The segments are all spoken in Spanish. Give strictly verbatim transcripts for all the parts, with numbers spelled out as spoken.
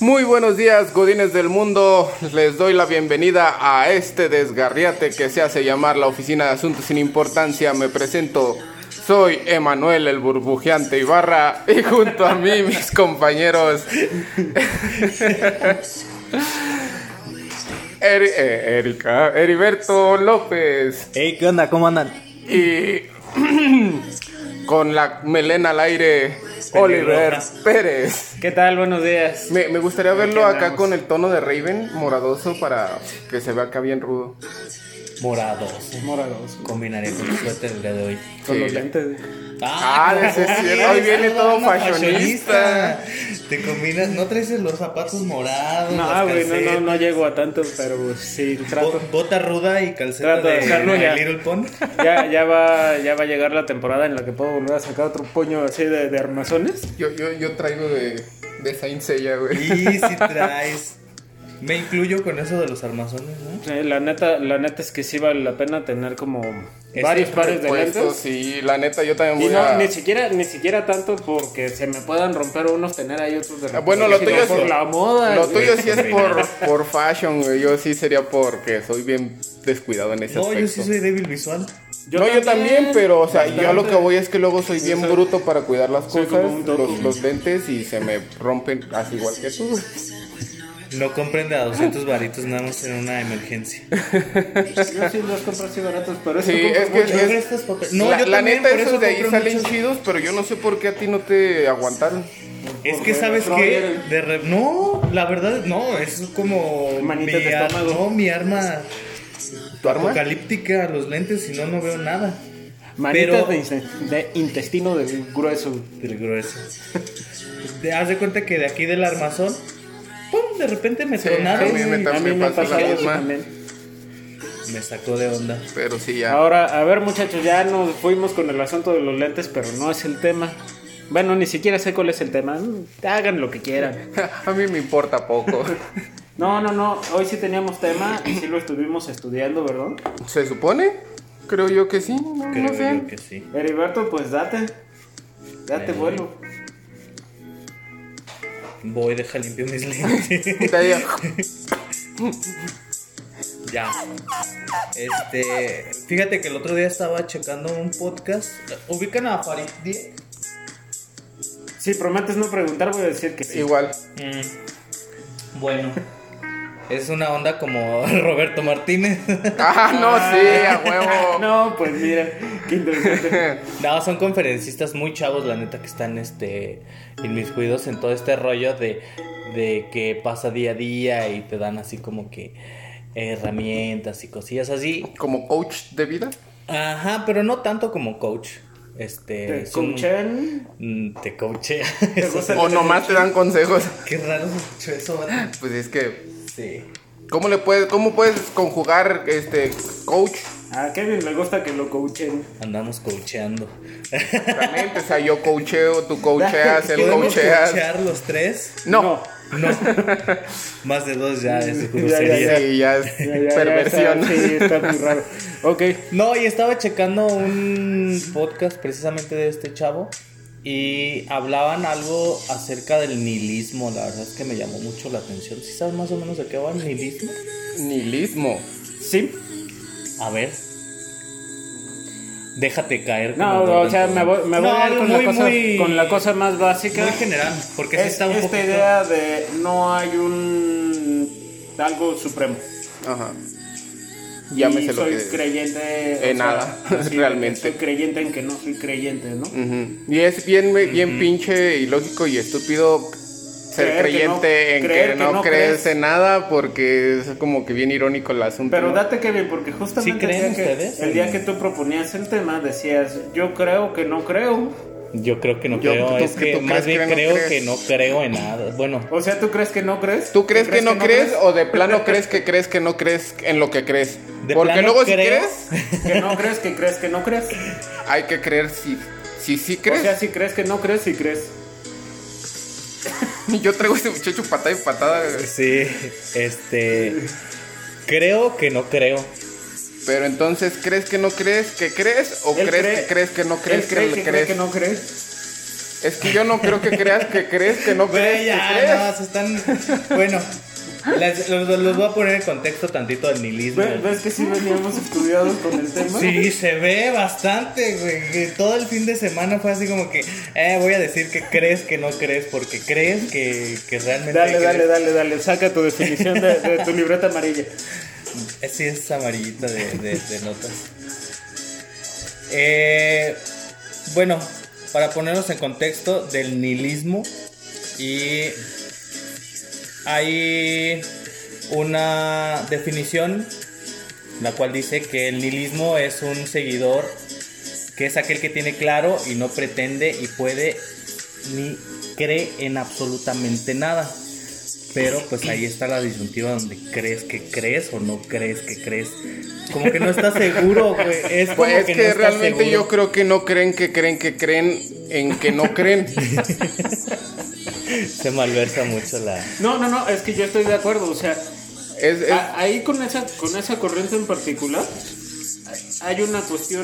Muy buenos días, godines del mundo. Les doy la bienvenida a este desgarriate que se hace llamar la Oficina de Asuntos sin Importancia. Me presento, soy Emanuel el Burbujeante Ibarra y junto a mí mis compañeros Eri eh, Erika, Heriberto López. Hey, ¿qué onda? ¿Cómo andan? Y con la melena al aire, Oliver Pérez. ¿Qué tal? Buenos días. Me, me gustaría verlo acá con el tono de Raven, moradoso, para que se vea acá bien rudo. Morados. Morados. Combinaré con el suéter el día de hoy. Con Sí. los lentes. Ah, de ese es cierto. Hoy viene todo fashionista. Te combinas, no traes los zapatos morados. No, güey, no, no, no llego a tanto, pero pues, sí, trato. Bo- Bota ruda y calceta Trato de de, hacerlo de ya. Little Pond. Ya, ya va, ya va a llegar la temporada en la que puedo volver a sacar otro puño así de, de armazones. Yo, yo, yo traigo de, de Saint Seiya, güey. Y si traes. Me incluyo con eso de los armazones, ¿no? Eh, la neta, la neta es que sí vale la pena tener como Ese varios pares de Puestos, lentes. sí, la neta, yo también Y voy no, a... ni siquiera, ni siquiera tanto porque se me puedan romper unos, tener ahí otros de Ah, bueno, lo sino tuyo por sí. la moda. Lo güey. tuyo sí es por, por fashion, güey. Yo sí sería porque soy bien descuidado en ese No, aspecto. yo sí soy débil visual. no, yo también, pero, o sea, yo a bastante. lo que voy es que luego soy bien soy- bruto para cuidar las soy cosas, como un topo. los, los lentes, y se me rompen así igual que tú. No compren de a doscientos varitos nada más en una emergencia. Yo sí los compro así baratos, pero eso Sí, compro es que mucho. es- prestas papel? No, la, yo la también, neta, por esos eso de ahí compro salen muchos. chidos, pero yo no sé por qué a ti no te aguantaron. Es que Porque sabes no qué, vienen. de re- no, la verdad no, es como Manitas mi de ar- estómago. no, mi arma ¿Tu arma? apocalíptica, los lentes, si no no veo nada. Manitas Pero- de, inse- de intestino de grueso. Del grueso. Te haz de cuenta que de aquí del armazón, pum, de repente me Sí, tronaron a mí me y también A mí me ha pasa la pasado eso misma. también. me sacó de onda. Pero sí, ya. Ahora, a ver muchachos, ya nos fuimos con el asunto de los lentes, pero no es el tema. Bueno, ni siquiera sé cuál es el tema. Hagan lo que quieran. A mí me importa poco. No, no, no. Hoy sí teníamos tema y sí lo estuvimos estudiando, ¿verdad? ¿Se supone? Creo yo que sí, no, Creo no sé. yo que sí. Heriberto, pues date. Date Eh. vuelo. Voy, deja limpio mis lentes. Ya, ya. Ya. Este, fíjate que el otro día estaba checando un podcast. ¿Ubican a Farid Diek? Si prometes no preguntar, voy a decir que sí. Igual. Mm, bueno. Es una onda como Roberto Martínez. Ah, no, sí, a huevo. No, pues mira, qué interesante. No, son conferencistas muy chavos, la neta, que están este inmiscuidos en todo este rollo de, de que pasa día a día y te dan así como que herramientas y cosillas así. Como coach de vida. Ajá, pero no tanto como coach. Este, ¿Te son- coachan? Mm, Te coachea. ¿Te gusta? O nomás te dan consejos. Qué raro se escuchó eso, vato. Pues es que, Sí. ¿cómo le puedes, cómo puedes conjugar este coach? A Kevin le gusta que lo coachen. Andamos coacheando. Realmente, o sea, yo coacheo, tú coacheas, él ¿Podemos coacheas. coachear los tres? No. No. Más de dos ya es Ya, ya, grosería. Sí, ya es Ya, ya, ya perversión. está, sí, está muy raro. Ok. No, y estaba checando un podcast precisamente de este chavo y hablaban algo acerca del nihilismo. La verdad es que me llamó mucho la atención. ¿Sí sabes más o menos de qué va el nihilismo? Nihilismo. Sí. A ver. Déjate caer. como No, Gordon o sea, Cole. me voy, me voy No, a ir algo con, muy, la cosa, muy- con la cosa más básica. Muy general, porque sí Es está un esta poquito... idea de no hay un algo supremo. Ajá. Y Llámese lo soy que... creyente o En sea, nada, así, realmente. Soy creyente en que no soy creyente, ¿no? Ujú. Y es bien, bien pinche ilógico y estúpido ser Creer que creyente no- en creer que que no, no crees crees. en nada, porque es como que bien irónico el asunto. Pero ¿no? date Kevin, porque justamente ¿Sí creen el, día que, ustedes? el día que tú proponías el tema decías, yo creo que no creo. Yo creo que no Yo- creo, ¿tú- es tú que crees más bien que no creo crees? que no creo en nada. Bueno, O sea, ¿tú crees que no crees? ¿Tú crees que no crees o de plano crees que crees que no crees en lo que crees? De Porque plano luego si creo. crees, Que no crees, que crees que no crees. hay que creer si si sí O crees. sea, si crees que no crees, si crees. Yo traigo a este muchacho patada y patada. sí, este... Creo que no creo. Pero entonces, ¿crees que no crees que crees o Él crees cree- que crees que no crees Él que, cree le que crees? cree que no crees. Es que yo no creo que creas que crees que no crees Güey, ya, que crees. no, se están... Bueno, les, los, los voy a poner en contexto tantito del nihilismo. ¿Ves, ¿Ves que sí veníamos estudiados con el tema? Sí, se ve bastante, güey. Que todo el fin de semana fue así como que, eh, voy a decir que crees que no crees, porque crees que, que realmente... Dale, crees. dale, dale, dale. Saca tu definición de, de tu libreta amarilla. Sí, es amarillita de, de, de notas. Eh, bueno, para ponernos en contexto del nihilismo, y hay una definición la cual dice que el nihilismo es un seguidor que es aquel que tiene claro y no pretende y puede ni cree en absolutamente nada. Pero pues ahí está la disyuntiva donde crees que crees o no crees que crees. Como que no estás seguro, güey. Es como Pues es que, que, no estás realmente seguro. yo creo que no creen que creen que creen en que no creen. Se malversa mucho la... No, no, no, es que yo estoy de acuerdo. O sea, Es, es- a- ahí con esa, con esa corriente en particular, hay una cuestión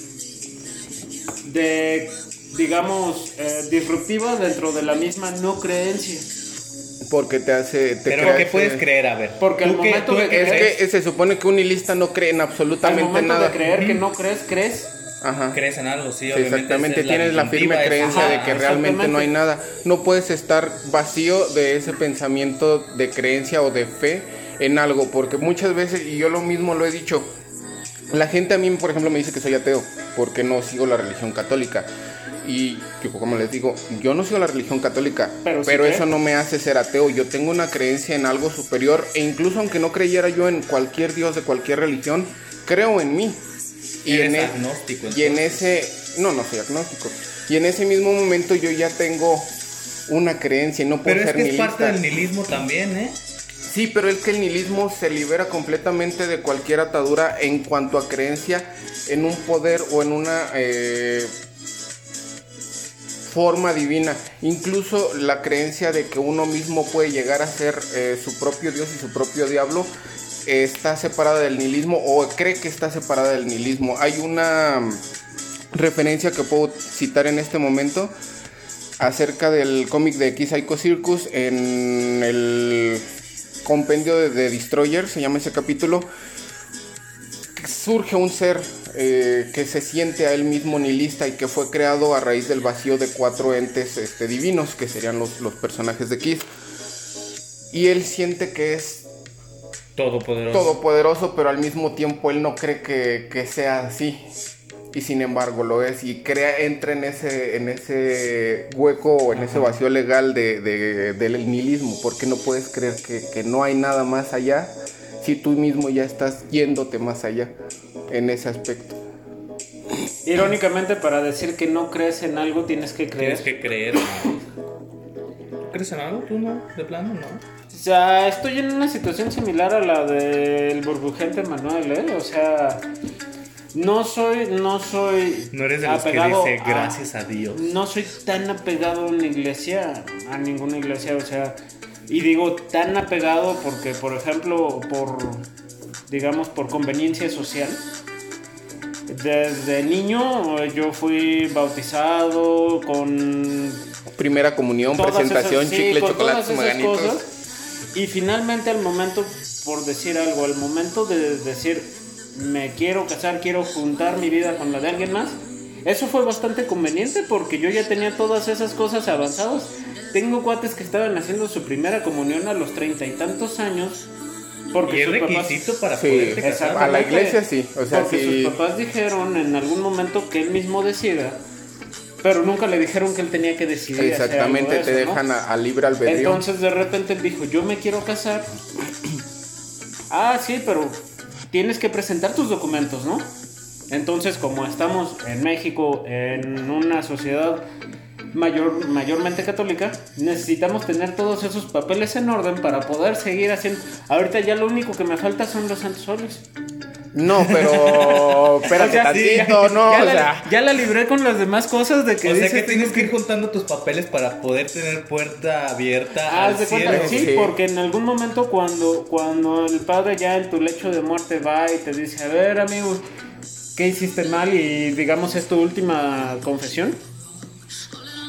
de, digamos, eh, disruptiva dentro de la misma no creencia. porque te hace... Te Pero crea ¿qué ese- puedes creer? A ver. Porque al ¿tú qué- momento tú de qué Es crees? que se supone que un nihilista no cree en Al absolutamente momento nada. de creer que no crees, crees. Ajá. ¿Crees en algo? Sí, Sí, obviamente. exactamente, esa es tienes la disyuntiva, firme es- creencia Ajá, de que realmente no hay exactamente. nada. No puedes estar vacío de ese pensamiento de creencia o de fe en algo, porque muchas veces, y yo lo mismo lo he dicho, la gente a mí, por ejemplo, me dice que soy ateo porque no sigo la religión católica. Y yo, como les digo, yo no sigo la religión católica, Pero pero, sí eso cree. no me hace ser ateo. Yo tengo una creencia en algo superior, e incluso aunque no creyera yo en cualquier dios de cualquier religión, creo en mí. Eres en e- agnóstico, y en entonces. ese, no, no soy agnóstico. Y en ese mismo momento yo ya tengo una creencia y no puedo Pero es ser que es nihilista. parte del nihilismo también, ¿eh? Sí, pero es que el nihilismo se libera completamente de cualquier atadura en cuanto a creencia en un poder o en una eh, forma divina. Incluso la creencia de que uno mismo puede llegar a ser eh, su propio Dios y su propio diablo eh, está separada del nihilismo, o cree que está separada del nihilismo. Hay una mm, referencia que puedo citar en este momento acerca del cómic de X-Psycho Circus en el compendio de, de Destroyer, se llama ese capítulo. Surge un ser eh, que se siente a él mismo nihilista y que fue creado a raíz del vacío de cuatro entes este, divinos, que serían los, los personajes de Kiss. Y él siente que es Todopoderoso. todopoderoso, pero al mismo tiempo él no cree que, que sea así. Y sin embargo lo es, y crea, entra en ese, en ese hueco o en Ajá. ese vacío legal de, de, del nihilismo, porque no puedes creer que, que no hay nada más allá si tú mismo ya estás yéndote más allá en ese aspecto. Irónicamente, para decir que no crees en algo tienes que creer. Tienes que creer. ¿Tú crees en algo? ¿Tú no? ¿De plano no? O sea, estoy en una situación similar a la del burbujeante Manuel, ¿eh? O sea, no soy, no soy No eres de los que dice gracias a, a Dios. No soy tan apegado a una iglesia, a ninguna iglesia, o sea, y digo tan apegado porque, por ejemplo, por, digamos, por conveniencia social. Desde niño yo fui bautizado con primera comunión, presentación, esas, sí, chicle, con chocolates, todas esas maganitos. Cosas, y finalmente al momento, por decir algo, al momento de decir me quiero casar, quiero juntar mi vida con la de alguien más, eso fue bastante conveniente porque yo ya tenía todas esas cosas avanzadas. Tengo cuates que estaban haciendo su primera comunión a los treinta y tantos años. Porque y es sus requisito papás, para sí, poderte casar. a la iglesia sí, o sea, porque sí. sus papás dijeron en algún momento que él mismo decida, pero nunca le dijeron que él tenía que decidir. Exactamente, hacer algo de te eso, dejan ¿no? a, a libre albedrío. Entonces de repente él dijo, yo me quiero casar. Ah, sí, pero tienes que presentar tus documentos, ¿no? Entonces, como estamos en México, en una sociedad mayor, mayormente católica, necesitamos tener todos esos papeles en orden para poder seguir haciendo. Ahorita ya lo único que me falta son los santos óleos. No, pero espérate O sea, tantito, sí, ya, no, ya o la, sea. ya la libré con las demás cosas de que o sea dice, que tienes que ir juntando tus papeles para poder tener puerta abierta Haz al de cielo. cuenta, sí, Sí. porque en algún momento cuando, cuando el padre ya en tu lecho de muerte va y te dice, a ver amigo, ¿qué hiciste mal? Y digamos es tu última confesión.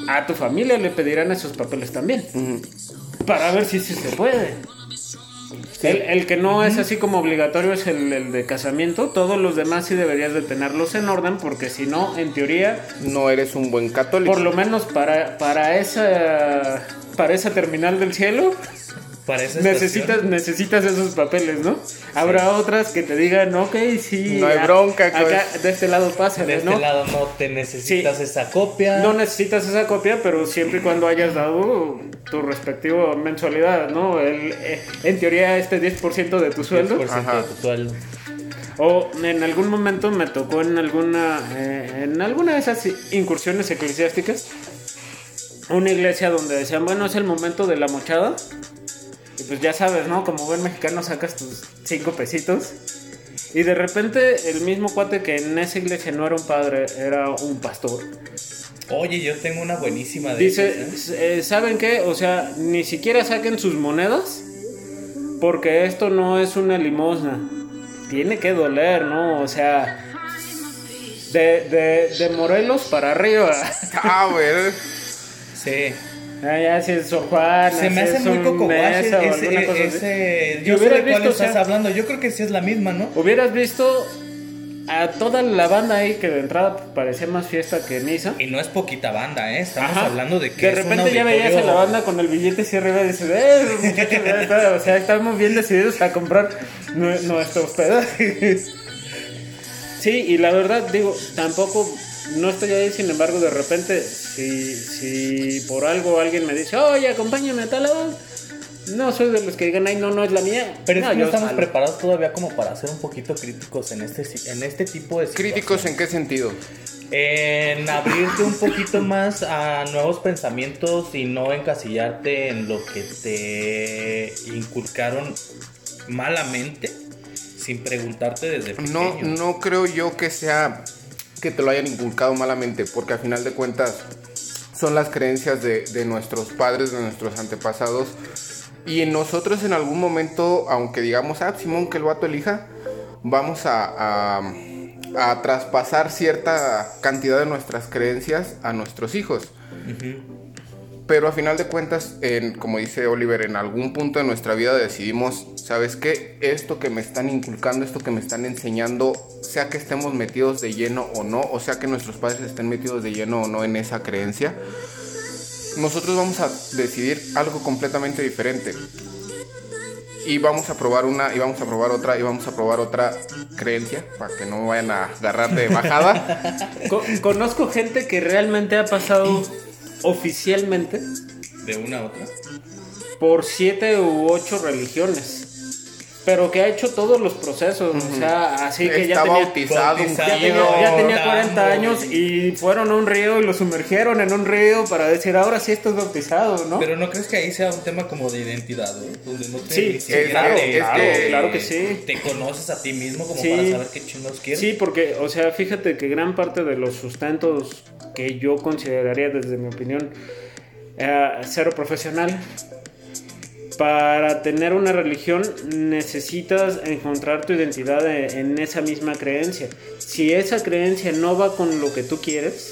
a tu familia le pedirán esos papeles también. Uh-huh. Para ver si sí se puede. Sí. El, el que no uh-huh. es así como obligatorio es el, el de casamiento. Todos los demás sí deberías de tenerlos en orden, porque si no, en teoría... no eres un buen católico. Por lo menos para, para esa para esa terminal del cielo... Para esa necesitas, necesitas esos papeles, ¿no? Sí. Habrá otras que te digan, ok, sí. No hay bronca. A, acá, de este lado pasa, de ¿no? este lado no te necesitas sí. esa copia. No necesitas esa copia, pero siempre y cuando hayas dado tu respectivo mensualidad, ¿no? El, eh, en teoría, este diez por ciento de tu sueldo. diez por ciento de tu sueldo. O en algún momento me tocó en alguna, eh, en alguna de esas incursiones eclesiásticas, una iglesia donde decían, bueno, es el momento de la mochada. Y pues ya sabes, ¿no? Como buen mexicano sacas tus cinco pesitos. Y de repente el mismo cuate que en esa iglesia no era un padre, era un pastor. Oye, yo tengo una buenísima de dice, esas, ¿eh? ¿Saben qué? O sea, ni siquiera saquen sus monedas, porque esto no es una limosna. Tiene que doler, ¿no? O sea, de, de, de Morelos para arriba. Ah, güey. Sí. Ah, ya, si es Sor Juana, se me hace muy coco ese, ese, ese yo sé de cuál visto, estás o sea, hablando. Yo creo que sí es la misma, ¿no? Hubieras visto a toda la banda ahí que de entrada parecía más fiesta que misa. Y no es poquita banda, ¿eh? Estamos Ajá. hablando de que de repente ya veías a la banda con el billete así arriba y dices, eh, muchachos, está, o sea, estamos bien decididos a comprar nuestro hospedaje. Sí, y la verdad, digo, tampoco... no estoy ahí, sin embargo, de repente, si, si por algo alguien me dice, oye, acompáñame a tal lado, no soy de los que digan, ay, no, no es la mía. Pero no, es que no estamos salgo. preparados todavía como para ser un poquito críticos en este, en este tipo de situaciones. ¿Críticos en qué sentido? En abrirte un poquito más a nuevos pensamientos y no encasillarte en lo que te inculcaron malamente, sin preguntarte desde pequeño. No, no creo yo que sea... que te lo hayan inculcado malamente, porque al final de cuentas son las creencias de, de nuestros padres, de nuestros antepasados, y en nosotros en algún momento, aunque digamos, ah, Simón, que el vato elija, vamos a, a, a traspasar cierta cantidad de nuestras creencias a nuestros hijos. Uh-huh. Pero a final de cuentas, en, como dice Oliver, en algún punto de nuestra vida decidimos, ¿sabes qué? Esto que me están inculcando, esto que me están enseñando, sea que estemos metidos de lleno o no, o sea que nuestros padres estén metidos de lleno o no en esa creencia, nosotros vamos a decidir algo completamente diferente. Y vamos a probar una, y vamos a probar otra, y vamos a probar otra creencia, para que no me vayan a agarrar de bajada. Conozco gente que realmente ha pasado... oficialmente de una a otra por siete u ocho religiones, pero que ha hecho todos los procesos, uh-huh. o sea, así que Está ya tenía, bautizado, ya, tenía, ya tenía cuarenta años y fueron a un río y lo sumergieron en un río para decir, ahora sí estás bautizado, ¿no? Pero ¿no crees que ahí sea un tema como de identidad, ¿no? Donde no te sí, es, claro, te, claro, te, claro que sí. Te conoces a ti mismo como sí. para saber qué chingados quieres. Sí, porque, o sea, fíjate que gran parte de los sustentos que yo consideraría, desde mi opinión, eh, cero profesional, para tener una religión necesitas encontrar tu identidad en esa misma creencia. Si esa creencia no va con lo que tú quieres,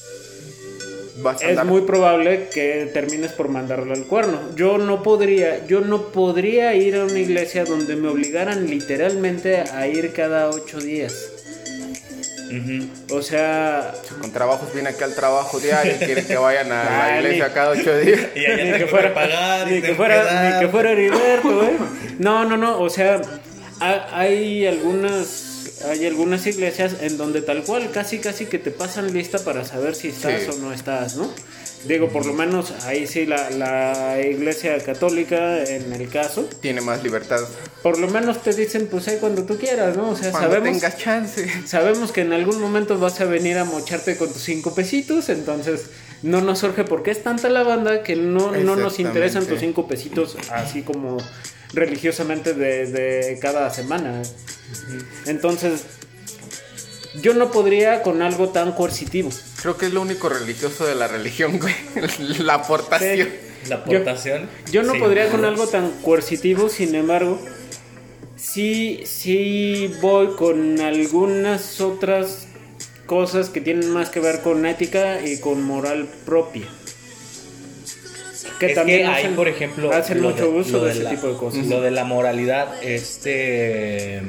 es muy probable que termines por mandarlo al cuerno. Yo no podría, yo no podría ir a una iglesia donde me obligaran literalmente a ir cada ocho días. Uh-huh. O sea, con trabajos viene aquí al trabajo diario y quiere que vayan a la ah, iglesia ni, cada ocho días y allá ni que fuera pagar ni que fuera ni que fuera Heriberto, ¿eh? no no no o sea, hay algunas hay algunas iglesias en donde tal cual casi casi que te pasan lista para saber si estás sí. o no estás, ¿no? Digo, por lo menos ahí sí la, la iglesia católica, en el caso, tiene más libertad. Por lo menos te dicen, pues ahí cuando tú quieras, ¿no? O sea, cuando sabemos, tengas chance. Sabemos que en algún momento vas a venir a mocharte con tus cinco pesitos, entonces no nos surge porque es tanta la banda que no, no nos interesan tus cinco pesitos así como religiosamente de, de cada semana. Entonces, yo no podría con algo tan coercitivo. Creo que es lo único religioso de la religión, güey. La aportación. Sí. La aportación. Yo, yo no sí, podría con algo tan coercitivo, sin embargo, sí, sí voy con algunas otras cosas que tienen más que ver con ética y con moral propia. Que es también que hacen, ahí, por ejemplo, hacen mucho de, uso de, de ese la, tipo de cosas. Lo de la moralidad, este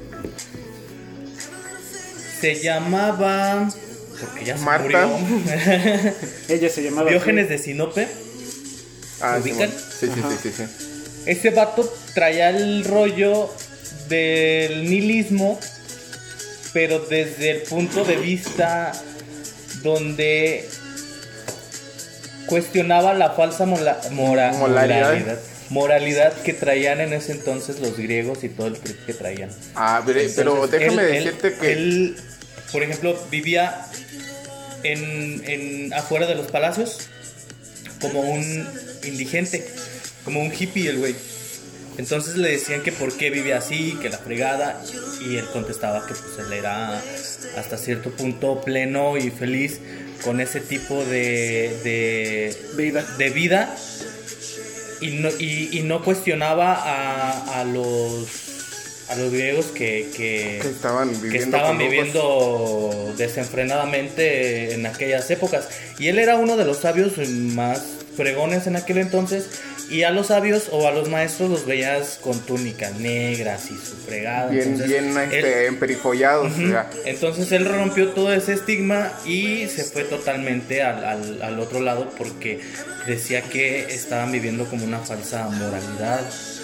se llamaba, porque ya se Marta. murió. Ella se llamaba Diógenes de Sinope. Ah, ¿Se ubican? Sí, sí, sí, sí, sí. Ese vato traía el rollo del nihilismo, pero desde el punto de vista donde cuestionaba la falsa mola, mora, moralidad. moralidad moralidad que traían en ese entonces los griegos y todo el trip que traían. Ah, pero, entonces, pero déjame él, decirte él, que él, por ejemplo, vivía en, en afuera de los palacios como un indigente, como un hippie el güey. Entonces le decían que por qué vive así, que la fregada, y él contestaba que pues él era hasta cierto punto pleno y feliz con ese tipo de, de, vida. de vida y no, y, y no cuestionaba a, a los a los griegos que, que, que estaban viviendo, que estaban viviendo desenfrenadamente en aquellas épocas. Y él era uno de los sabios más fregones en aquel entonces. Y a los sabios o a los maestros los veías con túnicas negras y su fregada. Bien, entonces, bien este, emperifollados. Uh-huh. O sea. Entonces él rompió todo ese estigma y se fue totalmente al, al, al otro lado porque decía que estaban viviendo como una falsa moralidad.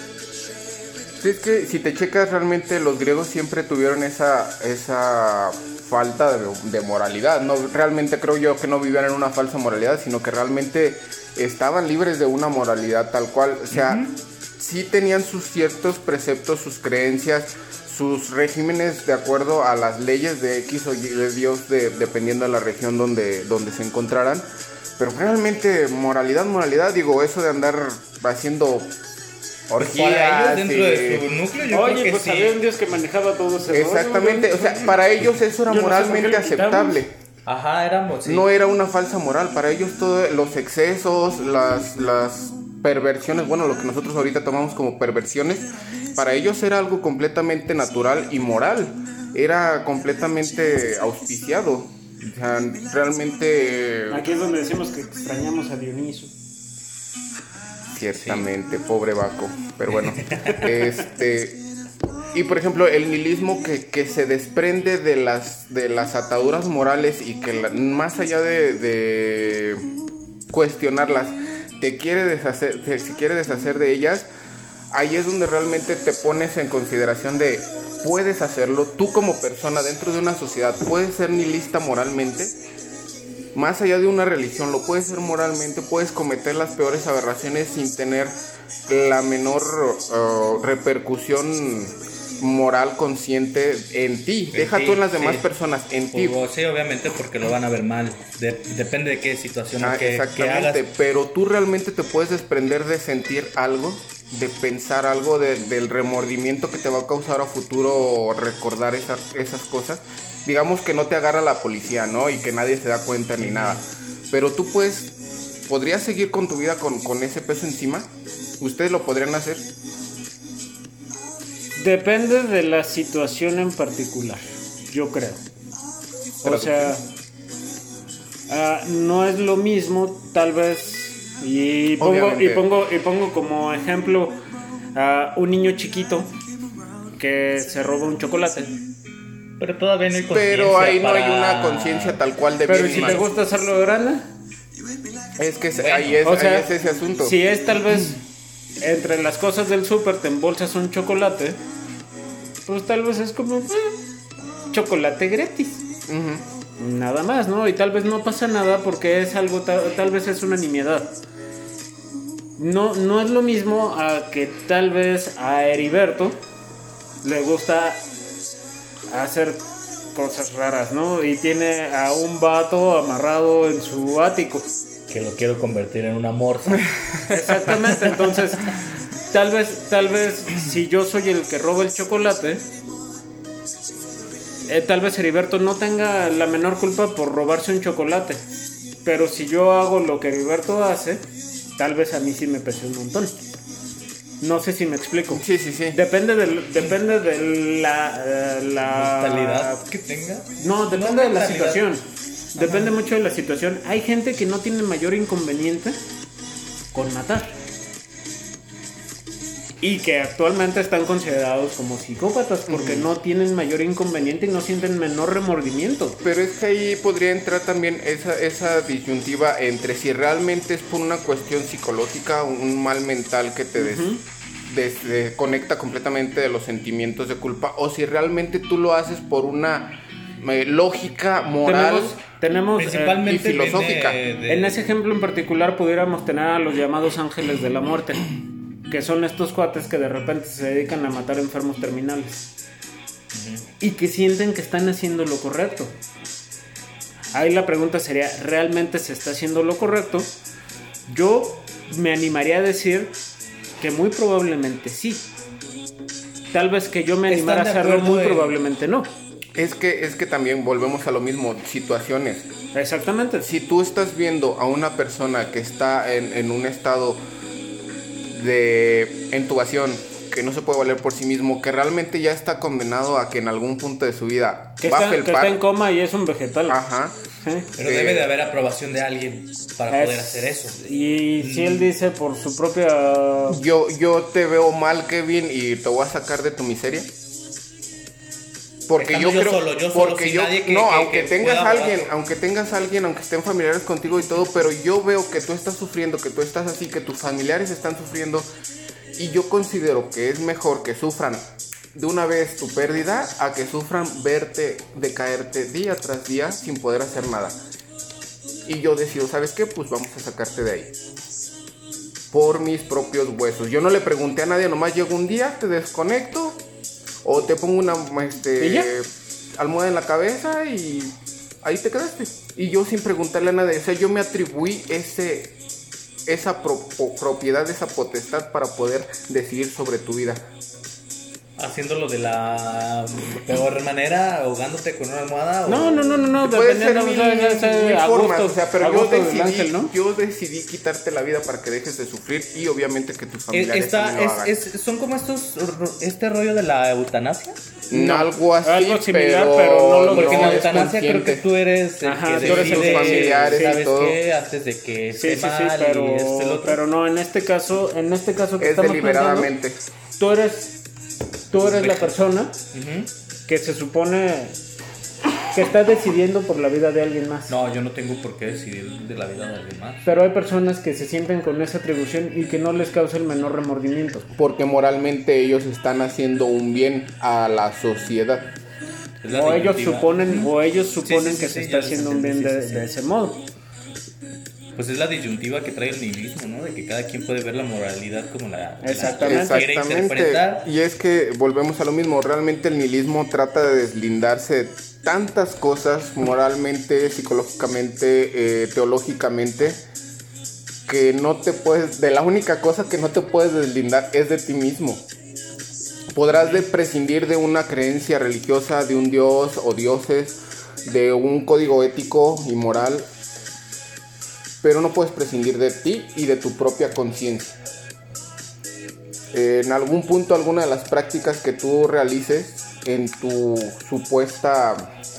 Sí, es que si te checas, realmente los griegos siempre tuvieron esa, esa falta de, de moralidad. No, realmente creo yo que no vivían en una falsa moralidad, sino que realmente estaban libres de una moralidad tal cual. O sea, uh-huh. sí tenían sus ciertos preceptos, sus creencias, sus regímenes de acuerdo a las leyes de X o Y de Dios, de, dependiendo de la región donde, donde se encontraran. Pero realmente moralidad, moralidad, digo, eso de andar haciendo orgías, para ellos dentro y... de su núcleo, yo Oye, creo que pues sí. había un Dios que manejaba todo ese exactamente, rollo, o sea, para ellos eso era moralmente no sé aceptable. Ajá, éramos, sí. No era una falsa moral, para ellos todos los excesos, las, las perversiones, bueno, lo que nosotros ahorita tomamos como perversiones, para ellos era algo completamente natural y moral, era completamente auspiciado, o sea, realmente... Aquí es donde decimos que extrañamos a Dioniso. Ciertamente, sí. Pobre Baco, pero bueno, este... Y por ejemplo, el nihilismo que, que se desprende de las, de las ataduras morales y que la, más allá de, de cuestionarlas, te quiere deshacer, te, se quiere deshacer de ellas, ahí es donde realmente te pones en consideración de, puedes hacerlo, tú como persona dentro de una sociedad, puedes ser nihilista moralmente, más allá de una religión, lo puedes ser moralmente, puedes cometer las peores aberraciones sin tener la menor uh, repercusión moral consciente en ti, en deja ti, tú en las demás sí. personas, en ti. O, sí, obviamente porque lo van a ver mal, de, depende de qué situación ah, que, exactamente, que hagas. Pero tú realmente te puedes desprender de sentir algo, de pensar algo, de, del remordimiento que te va a causar a futuro recordar esas, esas cosas. Digamos que no te agarra la policía, ¿no? Y que nadie se da cuenta ni nada. Pero tú puedes, podrías seguir con tu vida con, con ese peso encima. ¿Ustedes lo podrían hacer? Depende de la situación en particular, yo creo. O sea, uh, no es lo mismo, tal vez, y pongo, y pongo, y pongo como ejemplo a uh, un niño chiquito que se roba un chocolate. Pero todavía no hay conciencia. Pero ahí no para... hay una conciencia tal cual de Pero si te gusta hacerlo de grande. Es que bueno, ahí, es, o sea, ahí es ese asunto. Si es tal vez entre las cosas del súper te embolsas un chocolate, pues tal vez es como eh, chocolate gratis. Uh-huh. Nada más, ¿no? Y tal vez no pasa nada porque es algo, tal, tal vez es una nimiedad. No, no es lo mismo a que tal vez a Heriberto le gusta hacer cosas raras, ¿no? Y tiene a un vato amarrado en su ático. Que lo quiero convertir en una morsa. Exactamente, entonces tal vez, tal vez si yo soy el que roba el chocolate, eh, tal vez Heriberto no tenga la menor culpa por robarse un chocolate. Pero si yo hago lo que Heriberto hace, tal vez a mí sí me pese un montón. No sé si me explico. Sí, sí, sí. Depende del, depende de la, eh, la mentalidad que tenga. No, depende No, de la mentalidad. situación. Depende mucho de la situación. Hay gente que no tiene mayor inconveniente con matar. Y que actualmente están considerados como psicópatas porque uh-huh. no tienen mayor inconveniente y no sienten menor remordimiento. Pero es que ahí podría entrar también esa, esa disyuntiva entre si realmente es por una cuestión psicológica, un mal mental que te des, uh-huh. des, desconecta completamente de los sentimientos de culpa, o si realmente tú lo haces por una eh, lógica moral tenemos, tenemos, principalmente eh, y filosófica. De, de... En ese ejemplo en particular pudiéramos tener a los llamados ángeles de la muerte, que son estos cuates que de repente se dedican a matar enfermos terminales uh-huh. y que sienten que están haciendo lo correcto. Ahí la pregunta sería, ¿realmente se está haciendo lo correcto? Yo me animaría a decir que muy probablemente sí. Tal vez que yo me animara a hacerlo, muy en... probablemente no. Es que, es que también volvemos a lo mismo, situaciones. Exactamente. Si tú estás viendo a una persona que está en, en un estado de intubación, que no se puede valer por sí mismo, que realmente ya está condenado a que en algún punto de su vida que va está, a felpar, que está en coma y es un vegetal. Ajá. ¿Sí? Pero eh, debe de haber aprobación de alguien para es, poder hacer eso. Y mm. si él dice por su propia... Yo, yo te veo mal, Kevin, y te voy a sacar de tu miseria. Porque Estando yo creo, yo solo, yo porque solo, yo, nadie que, no, que, aunque que tengas pueda alguien, hablar. aunque tengas alguien, aunque estén familiares contigo y todo, pero yo veo que tú estás sufriendo, que tú estás así, que tus familiares están sufriendo, y yo considero que es mejor que sufran de una vez tu pérdida a que sufran verte decaerte día tras día sin poder hacer nada. Y yo decido, ¿sabes qué? Pues vamos a sacarte de ahí. Por mis propios huesos. Yo no le pregunté a nadie, nomás llego un día, te desconecto, o te pongo una este, almohada en la cabeza y ahí te quedaste. Y yo sin preguntarle a nadie, o sea, yo me atribuí ese, esa pro, pro, propiedad, esa potestad para poder decidir sobre tu vida. Haciéndolo de la peor manera, ahogándote con una almohada. No, o... no, no, no, no. Puede ser mil, mil formas, gusto, o sea, pero yo decidí, ángel, ¿no? yo decidí quitarte la vida para que dejes de sufrir y obviamente que tus familiares Está, también lo hagan. Es, es, son como estos, este rollo de la eutanasia. No, algo así, algo similar, pero, pero no lo porque no en la eutanasia creo que tú eres el Ajá, que tú eres decide, tus familiares ¿sabes y todo. qué? Antes de que sí, esté sí, mal sí, pero, y este, el otro. pero no, en este caso, en este caso que es estamos deliberadamente. pensando, tú eres Tú eres la persona uh-huh. que se supone que está decidiendo por la vida de alguien más. No, yo no tengo por qué decidir de la vida de alguien más. Pero hay personas que se sienten con esa atribución y que no les causa el menor remordimiento. Porque moralmente ellos están haciendo un bien a la sociedad. O ellos suponen, o ellos suponen sí, sí, que sí, se sí, está haciendo un bien sí, de, sí, sí. de ese modo. Pues es la disyuntiva que trae el nihilismo, ¿no? De que cada quien puede ver la moralidad como la, Exactamente. la quiere interpretar. Y es que volvemos a lo mismo. Realmente el nihilismo trata de deslindarse de tantas cosas moralmente, psicológicamente, eh, teológicamente, que no te puedes, de la única cosa que no te puedes deslindar es de ti mismo. Podrás de prescindir de una creencia religiosa, de un dios o dioses, de un código ético y moral, pero no puedes prescindir de ti y de tu propia conciencia. En algún punto, alguna de las prácticas que tú realices en tu supuesta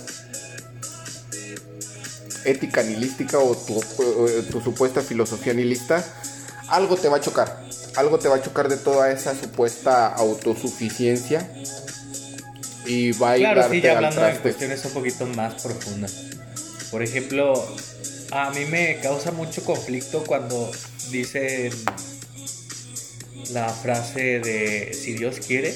ética nihilística o tu, tu supuesta filosofía nihilista, algo te va a chocar. Algo te va a chocar de toda esa supuesta autosuficiencia y va a ir claro, darte sí, ya al hablando de traste. cuestiones un poquito más profundas. Por ejemplo, a mí me causa mucho conflicto cuando dicen la frase de si Dios quiere.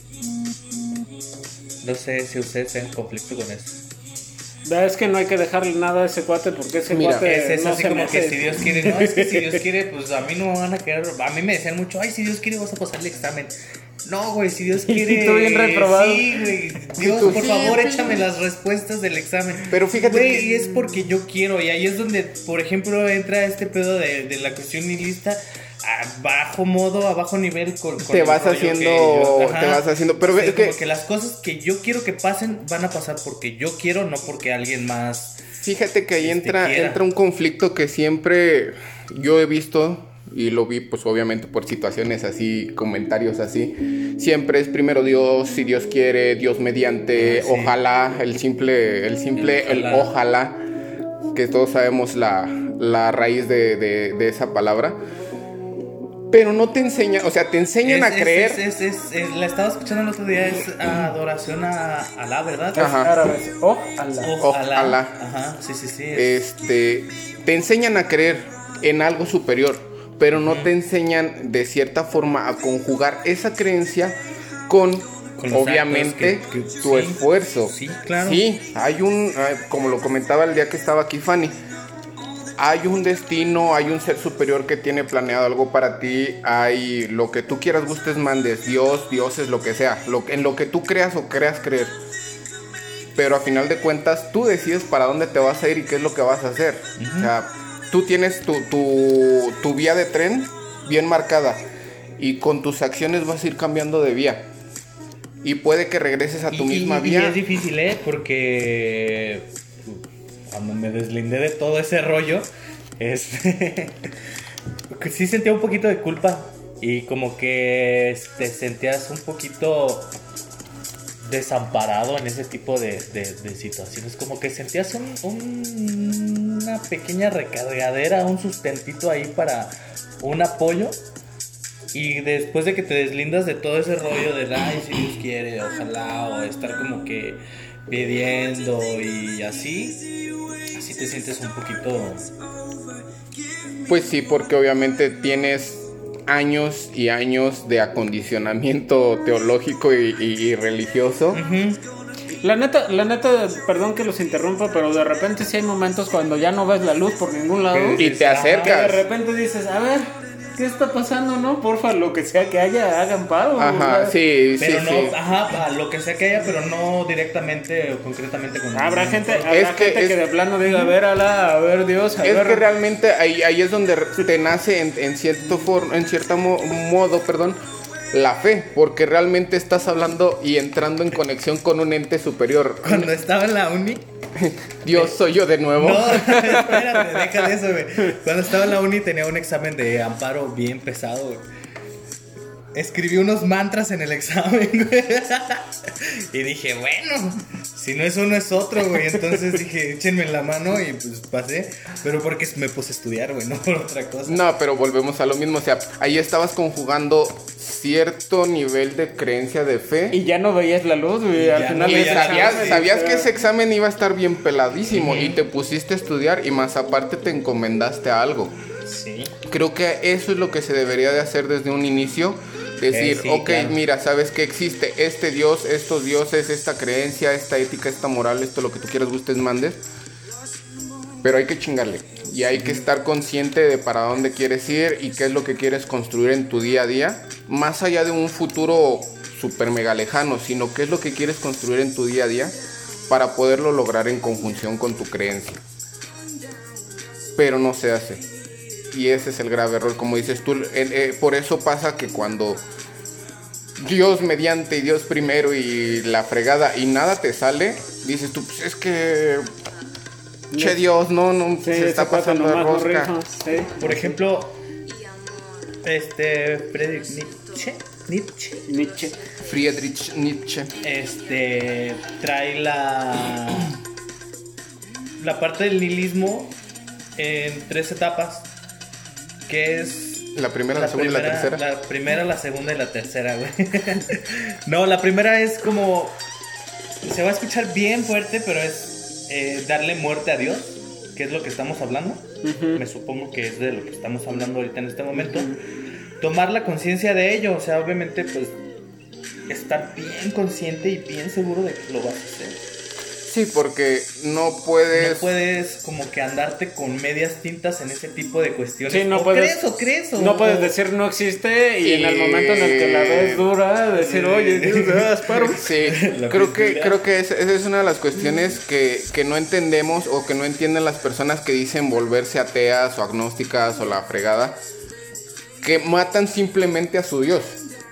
No sé si ustedes tienen conflicto con eso. Es que no hay que dejarle nada a ese cuate porque ese Mira, cuate es, es no así se como mete. que si Dios quiere, no, es que si Dios quiere, pues a mí no me van a querer. A mí me decían mucho, ay, si Dios quiere vas a pasar el examen. No, güey, si Dios quiere. Y tú bien reprobado. Sí, güey. Dios, tú, por sí, favor, güey. échame las respuestas del examen. Pero fíjate güey, que- y es porque yo quiero. Y ahí es donde, por ejemplo, entra este pedo de, de la cuestión nihilista a bajo modo, a bajo nivel. Con, con Te el vas rollo haciendo- que yo- ajá. te vas haciendo- pero O sea, es que- como que las cosas que yo quiero que pasen van a pasar porque yo quiero, no porque alguien más. Fíjate que ahí Este, entra, quiera. entra un conflicto que siempre yo he visto y lo vi pues obviamente por situaciones así, comentarios así, siempre es primero Dios, si Dios quiere, Dios mediante, ah, sí. ojalá, el simple, el simple, el ojalá, el ojalá que todos sabemos la, la raíz de, de, de esa palabra. Pero no te enseñan, o sea, te enseñan es, a creer. Es, es, es, es, la estaba escuchando el otro día, es adoración a Alá, ¿verdad? Ajá. Árabe. Oh, Alá. Oh, Alá. Alá. Ajá, sí, sí, sí. Este, te enseñan a creer en algo superior, pero no uh-huh. te enseñan de cierta forma a conjugar esa creencia con, con obviamente, que, que, tu sí, esfuerzo. Sí, claro. Sí, hay un, como lo comentaba el día que estaba aquí Fanny, hay un destino, hay un ser superior que tiene planeado algo para ti, hay lo que tú quieras, gustes, mandes, Dios, dioses, lo que sea, lo, en lo que tú creas o creas creer. Pero a final de cuentas, tú decides para dónde te vas a ir y qué es lo que vas a hacer. Uh-huh. O sea, tú tienes tu, tu, tu vía de tren bien marcada y con tus acciones vas a ir cambiando de vía. Y puede que regreses a tu y, misma y, vía. Y es difícil, ¿eh? Porque cuando me deslindé de todo ese rollo, este, sí sentía un poquito de culpa y como que te sentías un poquito desamparado en ese tipo de, de, de situaciones, como que sentías un, un, una pequeña recargadera, un sustentito ahí para un apoyo. Y después de que te deslindas de todo ese rollo de ay, si Dios quiere, ojalá, o estar como que pidiendo y así, así te sientes un poquito. Pues sí, porque obviamente tienes años y años de acondicionamiento teológico y, y, y religioso. Uh-huh. La neta, la neta, perdón que los interrumpa, pero de repente sí hay momentos cuando ya no ves la luz por ningún lado. Y te acercas. Que de repente dices, a ver, ¿qué está pasando, no? Porfa, lo que sea que haya, hagan paro. Ajá, o sea, sí, pero sí, no, sí. Ajá, lo que sea que haya, pero no directamente o concretamente con. Habrá gente, habrá es gente que, que es, de plano diga, a ver, Alá, a ver, Dios, a es ver. que realmente ahí, ahí es donde te nace en, en cierto for, en cierto mo, modo, perdón, la fe, porque realmente estás hablando y entrando en conexión con un ente superior. Cuando estaba en la uni. Dios, soy yo de nuevo. No, espérate, deja de eso, güey. Cuando estaba en la uni tenía un examen de amparo bien pesado, güey. Escribí unos mantras en el examen, güey. Y dije, bueno, si no es uno es otro, güey. Entonces dije, échenme la mano y pues pasé. Pero porque me puse a estudiar, güey, no por otra cosa. No, pero volvemos a lo mismo. O sea, ahí estabas conjugando cierto nivel de creencia de fe. Y ya no veías la luz, güey. Al final no de sabías, examen, sabías sí, que ese examen iba a estar bien peladísimo. Uh-huh. Y te pusiste a estudiar y más aparte te encomendaste a algo. Sí. Creo que eso es lo que se debería de hacer desde un inicio. Decir, eh, sí, ok, claro. Mira, sabes que existe este Dios, estos dioses, esta creencia, esta ética, esta moral, esto lo que tú quieras, gustes, mandes. Pero hay que chingarle. Y hay que estar consciente de para dónde quieres ir y qué es lo que quieres construir en tu día a día. Más allá de un futuro súper mega lejano, sino qué es lo que quieres construir en tu día a día para poderlo lograr en conjunción con tu creencia. Pero no se hace. Y ese es el grave error, como dices tú. Eh, eh, por eso pasa que cuando Dios mediante y Dios primero y la fregada y nada te sale, dices tú, pues es que che no, Dios, no, no, sí, se está pasando de rosca. Sí. Por ejemplo, este Friedrich Nietzsche, Nietzsche, Nietzsche, Friedrich Nietzsche, este trae la la parte del nihilismo en tres etapas. Que es la primera, la, la segunda primera, y la tercera. La primera, la segunda y la tercera, güey. No, la primera es como se va a escuchar bien fuerte, pero es eh, darle muerte a Dios, que es lo que estamos hablando. Uh-huh. Me supongo que es de lo que estamos hablando ahorita en este momento. Uh-huh. Tomar la conciencia de ello, o sea, obviamente, pues estar bien consciente y bien seguro de que lo vas a hacer. Sí, porque no puedes... No puedes como que andarte con medias tintas en ese tipo de cuestiones. Sí, no o puedes, crees o crees o... No puedes decir no existe y, y en el momento en el que la ves dura, decir, sí. Oye, Dios, espero. Sí, creo que, creo que esa es una de las cuestiones que, que no entendemos o que no entienden las personas que dicen volverse ateas o agnósticas o la fregada, que matan simplemente a su Dios.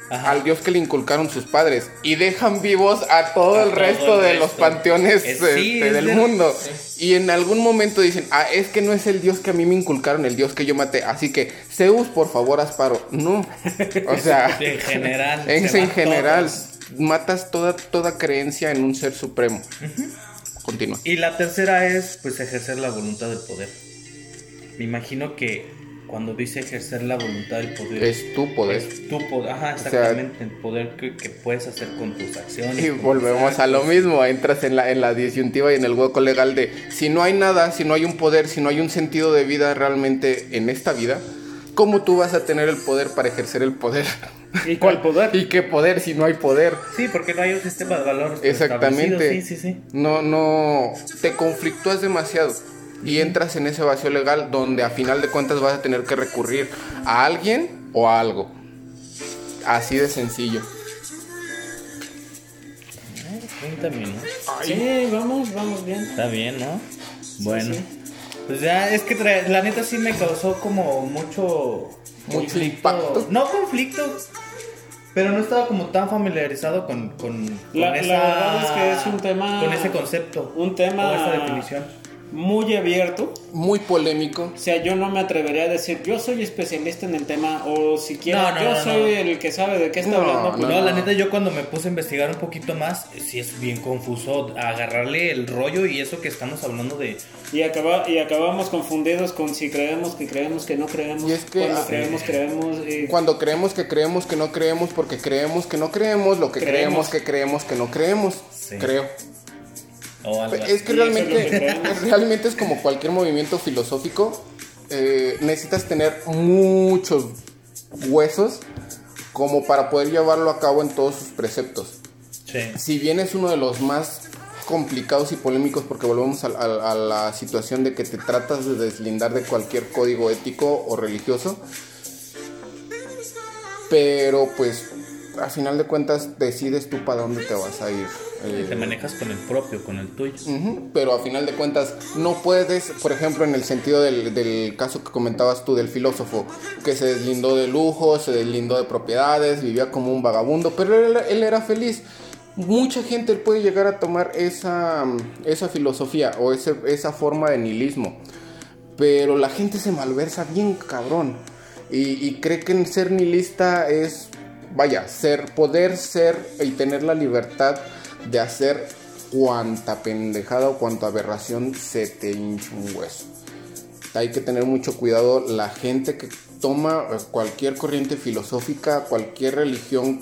Ajá. Al Dios que le inculcaron sus padres y dejan vivos a todo a el todo resto el de resto. Los panteones es, sí, este, del de... mundo. Sí. Y en algún momento dicen, ah, es que no es el Dios que a mí me inculcaron, el Dios que yo maté. Así que, Zeus, por favor, haz paro. No. O sea, en general. Es en general. Todos. Matas toda, toda creencia en un ser supremo. Uh-huh. Continúa. Y la tercera es, pues, ejercer la voluntad del poder. Me imagino que cuando dice ejercer la voluntad del poder, es tu poder. Es tu poder, ajá, exactamente, o sea, el poder que, que puedes hacer con tus acciones. Y volvemos a lo mismo, entras en la, en la disyuntiva y en el hueco legal de si no hay nada, si no hay un poder, si no hay un sentido de vida realmente en esta vida, ¿cómo tú vas a tener el poder para ejercer el poder? ¿Y cuál poder? ¿Y qué poder si no hay poder? Sí, porque no hay un sistema de valores. Exactamente. Sí, sí, sí. No, no, te conflictúas demasiado. Y entras en ese vacío legal donde a final de cuentas vas a tener que recurrir a alguien o a algo. Así de sencillo. Cuéntame, ¿no? Sí, vamos, vamos bien. Está bien, ¿no? Bueno. Sí, sí. Pues ya, es que tra- la neta sí me causó como mucho... Mucho impacto. No conflicto, pero no estaba como tan familiarizado con, con, con la, esa... La verdad es que es un tema... Con ese concepto. Un tema... O esa definición. Muy abierto, muy polémico. O sea, yo no me atrevería a decir yo soy especialista en el tema o siquiera no, no, yo no, soy no. el que sabe de qué está no, hablando. Pues no, no, la neta yo cuando me puse a investigar un poquito más, sí es bien confuso agarrarle el rollo y eso que estamos hablando de... Y, acaba, y acabamos confundidos con si creemos que creemos que no creemos. Y es que cuando ah, creemos, creemos. Eh, cuando creemos que creemos que no creemos porque creemos que no creemos lo que creemos, creemos que creemos que no creemos. Sí. Creo. Es que realmente, es realmente es como cualquier movimiento filosófico. Eh, necesitas tener muchos huesos como para poder llevarlo a cabo en todos sus preceptos. Sí. Si bien es uno de los más complicados y polémicos porque volvemos a, a, a la situación de que te tratas de deslindar de cualquier código ético o religioso, pero pues a final de cuentas decides tú para dónde te vas a ir. Eh, te manejas con el propio, con el tuyo. Uh-huh, pero a final de cuentas no puedes, por ejemplo, en el sentido del, del caso que comentabas tú del filósofo, que se deslindó de lujo, se deslindó de propiedades, vivía como un vagabundo, pero él, él era feliz. Mucha gente puede llegar a tomar esa, esa filosofía o ese, esa forma de nihilismo, pero la gente se malversa bien cabrón y, y cree que ser nihilista es, vaya, ser, poder ser y tener la libertad de hacer cuanta pendejada o cuanta aberración se te hincha un hueso. Hay que tener mucho cuidado la gente que toma cualquier corriente filosófica, cualquier religión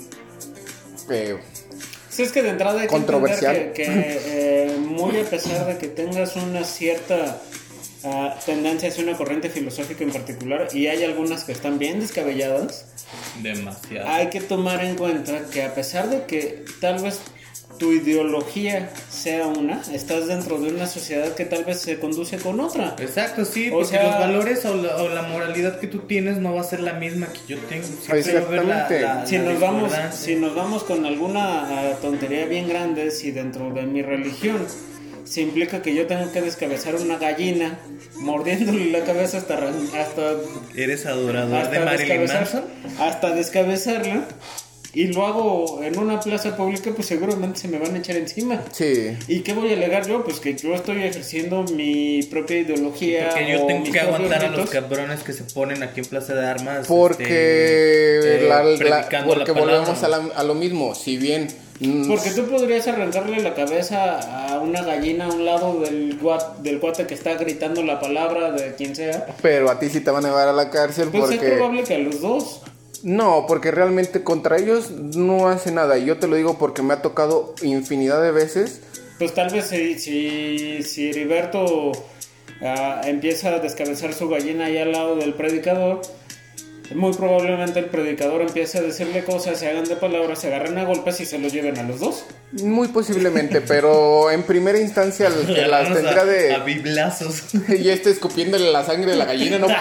eh, sí, es que de entrada hay que controversial. entender que, que eh, muy a pesar de que tengas una cierta uh, tendencia hacia una corriente filosófica en particular, y hay algunas que están bien descabelladas, demasiado, hay que tomar en cuenta que a pesar de que tal vez tu ideología sea una, estás dentro de una sociedad que tal vez se conduce con otra. Exacto, sí, o porque sea, los valores o la, o la moralidad que tú tienes no va a ser la misma que yo tengo. Exactamente. La, la, si, la nos vamos, si nos vamos con alguna uh, tontería bien grande, si dentro de mi religión se implica que yo tengo que descabezar una gallina mordiéndole la cabeza hasta... hasta ¿Eres adorador hasta de Marilyn Manson? Hasta descabezarla. Y lo hago en una plaza pública, pues seguramente se me van a echar encima. Sí. ¿Y qué voy a alegar yo? Pues que yo estoy ejerciendo mi propia ideología. Porque yo tengo que aguantar a los cabrones que se ponen aquí en Plaza de Armas. Porque, este, la, eh, la, porque la volvemos a, la, a lo mismo. Si bien... Porque tú podrías arrancarle la cabeza a una gallina a un lado del, guat, del cuate que está gritando la palabra de quien sea. Pero a ti sí te van a llevar a la cárcel pues porque... es probable que a los dos... No, porque realmente contra ellos no hace nada. Y yo te lo digo porque me ha tocado infinidad de veces. Pues tal vez si, si, si Heriberto uh, empieza a descabezar su gallina ahí al lado del predicador, muy probablemente el predicador empiece a decirle cosas, se hagan de palabras, se agarren a golpes y se los lleven a los dos. Muy posiblemente, pero en primera instancia el que las tendría de... A biblazos. Y este escupiéndole la sangre de la gallina, ¿no?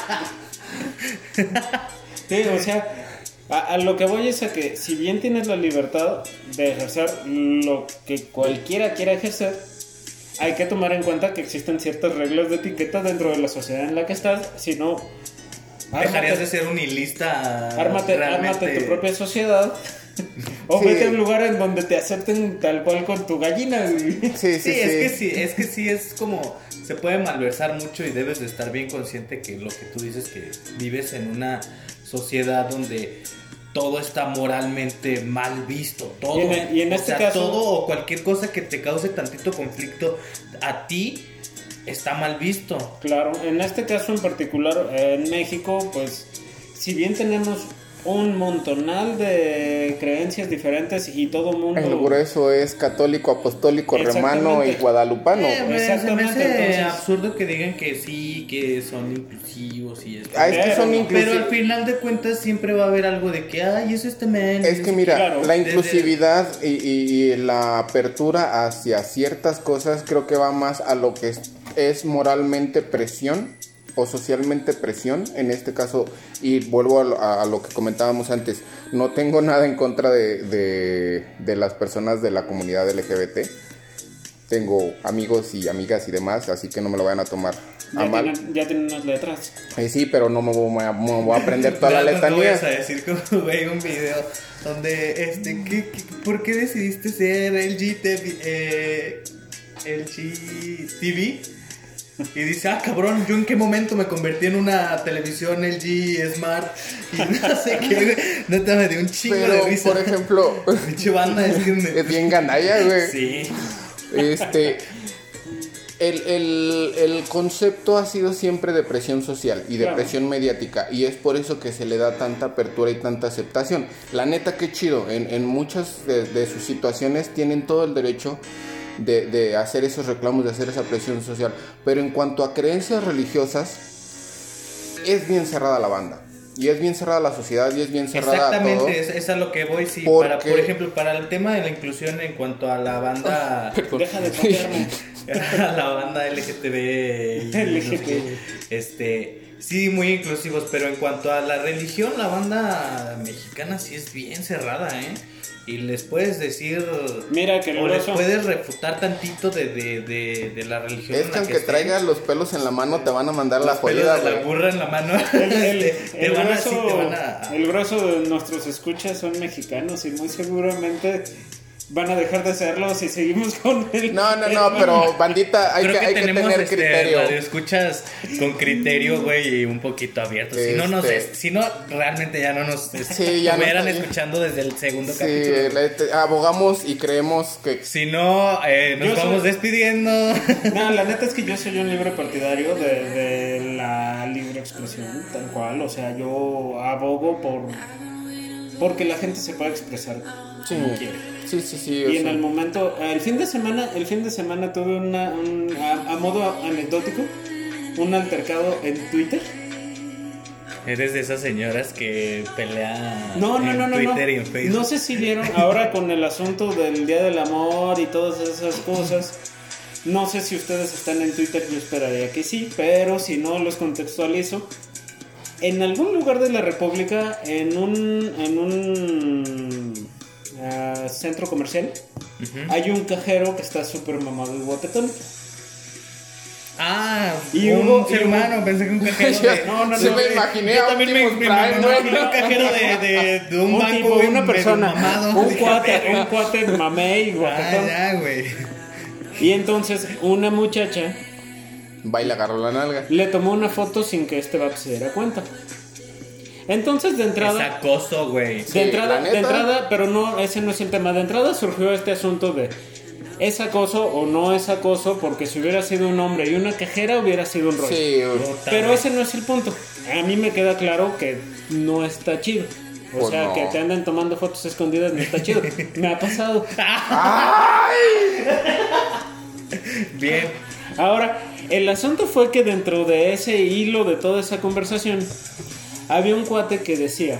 Sí, o sea, a, a lo que voy es a que si bien tienes la libertad de ejercer lo que cualquiera quiera ejercer, hay que tomar en cuenta que existen ciertas reglas de etiqueta dentro de la sociedad en la que estás, si no, Dejarías de ser un nihilista. Ármate, realmente... ármate tu propia sociedad. O Sí. vete a un lugar en donde te acepten tal cual con tu gallina, güey. Sí, sí, Sí, sí. es que sí, es que sí es como se puede malversar mucho y debes de estar bien consciente que lo que tú dices que vives en una sociedad donde todo está moralmente mal visto, todo. Y en, y en o este sea, caso, todo o cualquier cosa que te cause tantito conflicto a ti está mal visto. claro, en este caso en particular, en México, pues, si bien tenemos un montonal de creencias diferentes y todo mundo... El grueso es católico, apostólico, romano y Exactamente. guadalupano. Eh, me- Exactamente, se me hace entonces- absurdo que digan que sí, que son inclusivos y esto. Ah, es que Pero son no, Pero al inclusivos. final de cuentas siempre va a haber algo de que, ay, es este men. Es que mira, Claro. la inclusividad y, y- y la apertura hacia ciertas cosas creo que va más a lo que es, es moralmente presión o socialmente presión, en este caso, y vuelvo a, lo- a lo que comentábamos antes, no tengo nada en contra de, de, de las personas de la comunidad L G B T, tengo amigos y amigas y demás, así que no me lo vayan a tomar a Ya mal. tienen, ya tienen unas letras. Eh, sí, pero no me voy a, me voy a aprender toda la Nada más no letanía. vayas a decir como güey un video donde este ¿qué, qué, ¿por qué decidiste ser L G T V eh, L G T V? Y dice, ah cabrón, yo en qué momento me convertí en una televisión L G Smart y no sé qué, güey. Neta me dio un chingo Pero, de risa. por ejemplo, Pinche banda, es que me... es bien gandalla, güey. Sí. Este, el, el, el concepto ha sido siempre de presión social y de Claro. presión mediática, y es por eso que se le da tanta apertura y tanta aceptación. La neta, qué chido, en, en muchas de, de sus situaciones tienen todo el derecho de, de hacer esos reclamos, de hacer esa presión social, pero en cuanto a creencias religiosas, es bien cerrada la banda. Y es bien cerrada la sociedad y es bien cerrada todo. Exactamente, es, es a lo que voy, sí. Porque- Para, por ejemplo, para el tema de la inclusión en cuanto a la banda... Deja de tocarme. a la banda L G T B L G T. este sí, muy inclusivos, pero en cuanto a la religión, la banda mexicana sí es bien cerrada, ¿eh? Y les puedes decir, Mira que el o les grueso- puedes refutar tantito de, de, de, de la religión. Es en que la aunque estén. traigas los pelos en la mano, te van a mandar la Los pelos jodida, de la güey. burra en la mano. El, el- Este, te el van a- grueso, sí, te van a- el grueso de nuestros escuchas son mexicanos y muy seguramente van a dejar de serlo si seguimos con el... No, no, no, pero bandita, hay, Creo que, hay que tenemos, tener este, criterio. radioescuchas con criterio, güey, y un poquito abiertos. Si no nos, Este- si no, realmente ya no nos Sí, ya no estuvieran está- escuchando desde el segundo Sí, capítulo. le- te- abogamos y creemos que Si no, eh, nos Yo soy- vamos despidiendo. No, la neta es que yo soy un libre partidario de, de la libre expresión, tal cual. O sea, yo abogo por porque la gente se pueda expresar sí, como quiere. sí, sí, sí. Y o en sea, el momento, el fin de semana, el fin de semana tuve una, un- a, a modo anecdótico, un altercado en Twitter. Eres de esas señoras que pelean No, no, en no, no, Twitter no. y en Facebook. No sé si vieron ahora con el asunto del Día del Amor y todas esas cosas. No sé si ustedes están en Twitter, yo esperaría que sí, pero si no los contextualizo. En algún lugar de la República, en un en un ah, centro comercial, Ujú. hay un cajero que está súper mamado y guapetón. Ah, Y un hubo- ser y hubo- humano, pensé que un cajero de... No, no, sí no. me eh, imaginé Yo a también me, Optimus me, Prime, me güey. imaginé un cajero de, de, de un, Un banco, tipo, güey, una medio persona, mamado. un cuate, un cuate mamey y Ah, guapetón. ya, güey. Y entonces una muchacha Baila, agarró la nalga. le tomó una foto sin que este vato se diera cuenta. Entonces de Es entrada, acoso, güey. de Sí, entrada, la neta. de entrada, pero no, ese no es el tema. De entrada surgió este asunto de ¿es acoso o no es acoso? Porque si hubiera sido un hombre y una cajera hubiera sido un rollo. Sí, güey. Puta, Pero güey. ese no es el punto. A mí me queda claro que no está chido. O Pues sea, no. que te anden tomando fotos escondidas no está chido. Me ha pasado. Bien. Ahora, el asunto fue que dentro de ese hilo de toda esa conversación había un cuate que decía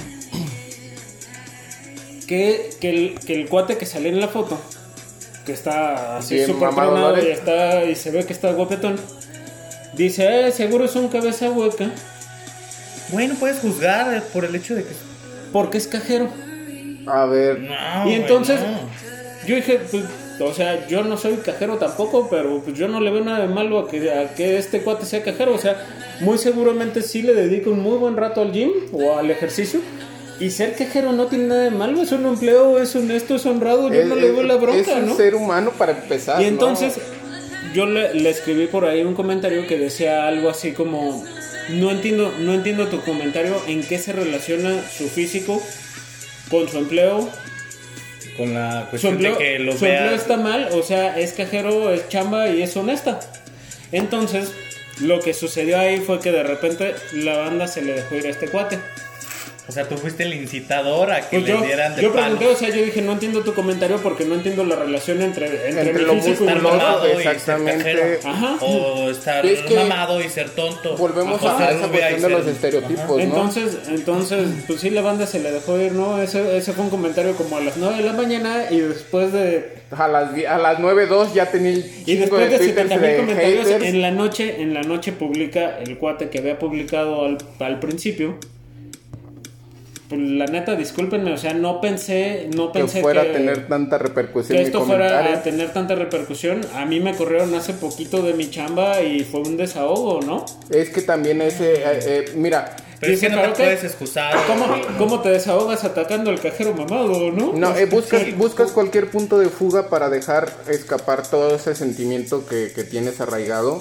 que, que, el, que el cuate que salía en la foto, que está así Bien súper mamado, tronado y, Lore. está, y se ve que está guapetón, dice, eh, seguro es un cabeza hueca Bueno, puedes juzgar por el hecho de que... porque es cajero. A ver, No, Y entonces, güey, no. yo dije, pues, o sea, yo no soy cajero tampoco, pero pues yo no le veo nada de malo a que, a que este cuate sea cajero. O sea, muy seguramente sí le dedica un muy buen rato al gym o al ejercicio. Y ser cajero no tiene nada de malo, es un empleo, es honesto, es honrado, yo Es- no le veo es- la bronca, Es un ¿no? ser humano para empezar. Y entonces ¿no? yo le, le escribí por ahí un comentario que decía algo así como, no entiendo, no entiendo tu comentario, en qué se relaciona su físico con su empleo. Con la Su cuestión empleo, de que lo su empleo veas. está mal, o sea, es cajero, es chamba y es honesta. Entonces, lo que sucedió ahí fue que de repente la banda se le dejó ir a este cuate. O sea, tú fuiste el incitador a que Pues le yo, dieran de yo palo. pregunté, o sea, yo dije, no entiendo tu comentario porque no entiendo la relación entre, entre, Entre mi lo físico y Estar mi musculoso, trabajo. mamado y ser exactamente. cajero. Ajá. O estar Es que mamado y ser tonto. Volvemos Ajá, a ser esa rubia cuestión y de ser- los estereotipos, ¿no? Entonces, entonces, pues sí, la banda se le dejó ir, ¿no? Ese, ese fue un comentario como a las nueve de la mañana y después de... A las, die- a las nueve dos ya tenía el Y chingo después de Twitters setenta mil de comentarios, haters. en la noche, en la noche publica el cuate que había publicado al, al principio. Pues la neta, discúlpenme, o sea, no pensé, no Que pensé fuera que, a tener tanta repercusión que mi esto fuera comentario. a tener tanta repercusión. A mí me corrieron hace poquito de mi chamba y fue un desahogo, ¿no? Es que también ese, eh, eh, mira, Pero es Dice, que no te ¿pero qué? puedes excusar. ¿Cómo, ¿Cómo te desahogas atacando al cajero mamado, no? no, eh, buscas, buscas cualquier punto de fuga para dejar escapar todo ese sentimiento que, que tienes arraigado.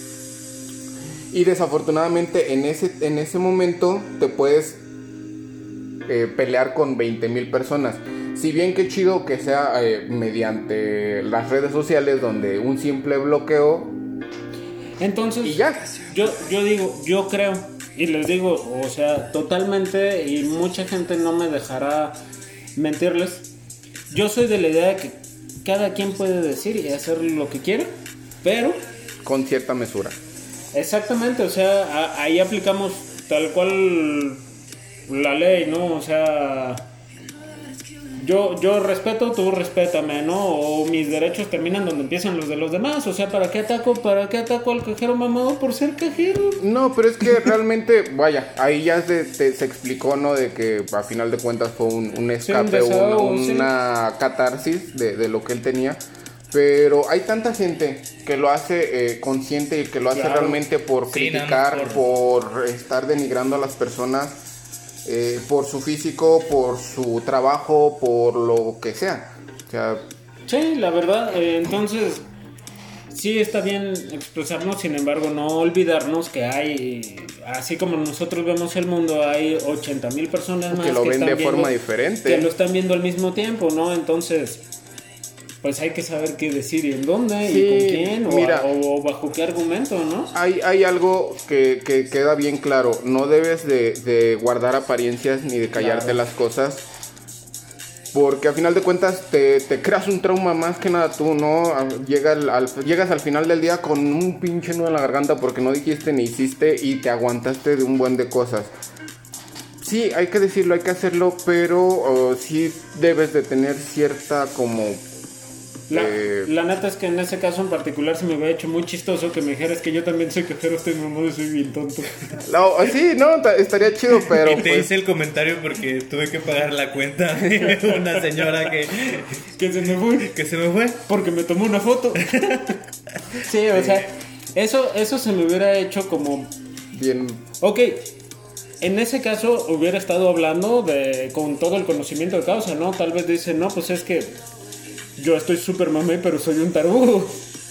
Y desafortunadamente en ese, en ese momento te puedes eh, pelear con veinte mil personas. Si bien que chido que sea eh, mediante las redes sociales donde un simple bloqueo Entonces, y ya. Yo, yo digo, yo creo, y les digo, o sea, totalmente, y mucha gente no me dejará mentirles. Yo soy de la idea de que cada quien puede decir y hacer lo que quiere, pero Con cierta mesura. exactamente, o sea, a- ahí aplicamos tal cual la ley, ¿no? O sea, yo, yo respeto, tú respétame, ¿no? O mis derechos terminan donde empiezan los de los demás. O sea, ¿para qué ataco? ¿Para qué ataco al cajero mamado por ser cajero? No, pero es que realmente, vaya, ahí ya se, te- se explicó, ¿no? De que a final de cuentas fue un, un escape, un- desahogo, una catarsis de, de lo que él tenía. Pero hay tanta gente que lo hace eh, consciente y que lo hace Claro. realmente por Sí, nada criticar, más por... estar denigrando a las personas, eh, por su físico, por su trabajo, por lo que sea. O sea, Sí, la verdad, eh, entonces sí está bien expresarnos, sin embargo no olvidarnos que hay, así como nosotros vemos el mundo, hay ochenta mil personas más que lo ven están de viendo- forma diferente. que lo están viendo al mismo tiempo, ¿no? Entonces, pues hay que saber qué decir y en dónde Sí, y con quién o, mira. a- o bajo qué argumento, ¿no? Hay, hay algo que, que queda bien claro. No debes de, de guardar apariencias ni de callarte Claro. las cosas. Porque al final de cuentas te, te creas un trauma más que nada tú, ¿no? A- Llega al- al- llegas al final del día con un pinche nudo en la garganta porque no dijiste ni hiciste y te aguantaste de un buen de cosas. Sí, hay que decirlo, hay que hacerlo, pero oh, sí debes de tener cierta como... La, eh, la neta es que en ese caso en particular se me hubiera hecho muy chistoso que me dijeras que yo también soy cajero, estoy mamado y soy bien tonto. no, sí, no, ta- estaría chido, pero... y te pues, hice el comentario porque tuve que pagar la cuenta de una señora que, Que se me fue. que se me fue. Porque me tomó una foto. Sí, o sea, eso, eso se me hubiera hecho como... bien... Ok, en ese caso hubiera estado hablando de con todo el conocimiento de causa, ¿no? Tal vez dice, no, pues es que yo estoy súper mamey, pero soy un tarugo.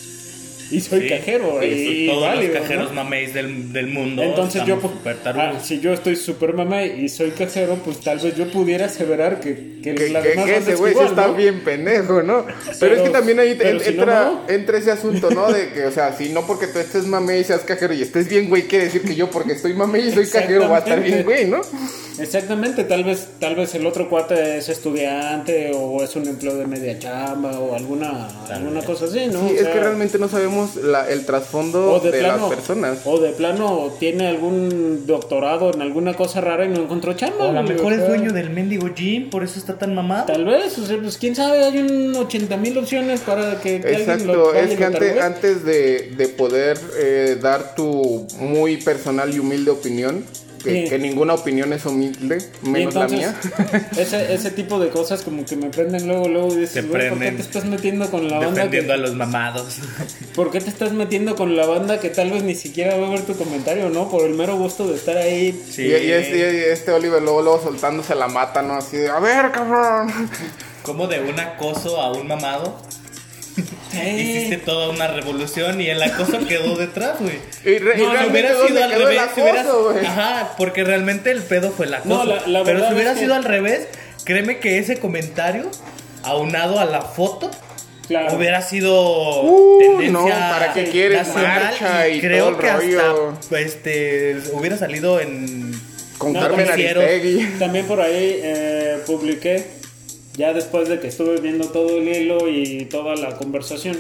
Y soy Sí, cajero. pues, y todos válido, los cajeros ¿no? mameis del, del mundo. Entonces yo, estamos pues, súper tarudos. ah, si yo estoy súper mamey y soy cajero, pues tal vez yo pudiera aseverar que, que, Que, la que- demás que banda ese es güey sí igual, está ¿no? bien pendejo, ¿no? Pero, Pero- es que también ahí pero en- si no, entra, no. entra ese asunto, ¿no? De que, o sea, si no porque tú estés mamey y seas cajero y estés bien, güey, quiere decir que yo porque estoy mamey y soy cajero va a estar bien, güey, ¿no? Exactamente, tal vez, tal vez el otro cuate es estudiante o es un empleo de media chamba o alguna, alguna cosa así, ¿no? Sí, O es sea, que realmente no sabemos la- el trasfondo o de, de, plano, las personas. o de plano tiene algún doctorado en alguna cosa rara y no encontró chamba. O a lo güey, mejor o es sea, dueño del mendigo gym, por eso está tan mamado. Tal vez, o sea, pues quién sabe, hay un ochenta mil opciones para que, que alguien Exacto, lo vaya es y que lo antes, targue. antes de, de poder eh, dar tu muy personal y humilde opinión, que, Sí. que ninguna opinión es humilde, menos entonces, la mía. Ese, ese tipo de cosas como que me prenden luego, luego y dices, Te güey, ¿por qué prenden te estás metiendo con la banda? defendiendo Que, a los mamados. ¿Por qué te estás metiendo con la banda que tal vez ni siquiera va a ver tu comentario, no? Por el mero gusto de estar ahí. Sí. Y, y este, y este Oliver luego, luego soltándose la mata, ¿no? Así de, a ver, cabrón. Como de un acoso a un mamado. Eh. Hiciste toda una revolución y el acoso quedó detrás, güey. Y, re- y No, si realmente hubiera ¿dónde sido al quedó el revés, si hubieras- acoso, güey? ajá, porque realmente el pedo fue el acoso. No, la- la pero verdad si hubiera es que- sido al revés, créeme que ese comentario, aunado a la foto, Claro. hubiera sido Uh, tendencia no, ¿para qué quieres nacional marcha y creo todo el que rollo? hasta este hubiera salido en Con No, Carmen noticieros. Aristegui. También por ahí eh, publiqué, ya después de que estuve viendo todo el hilo y toda la conversación,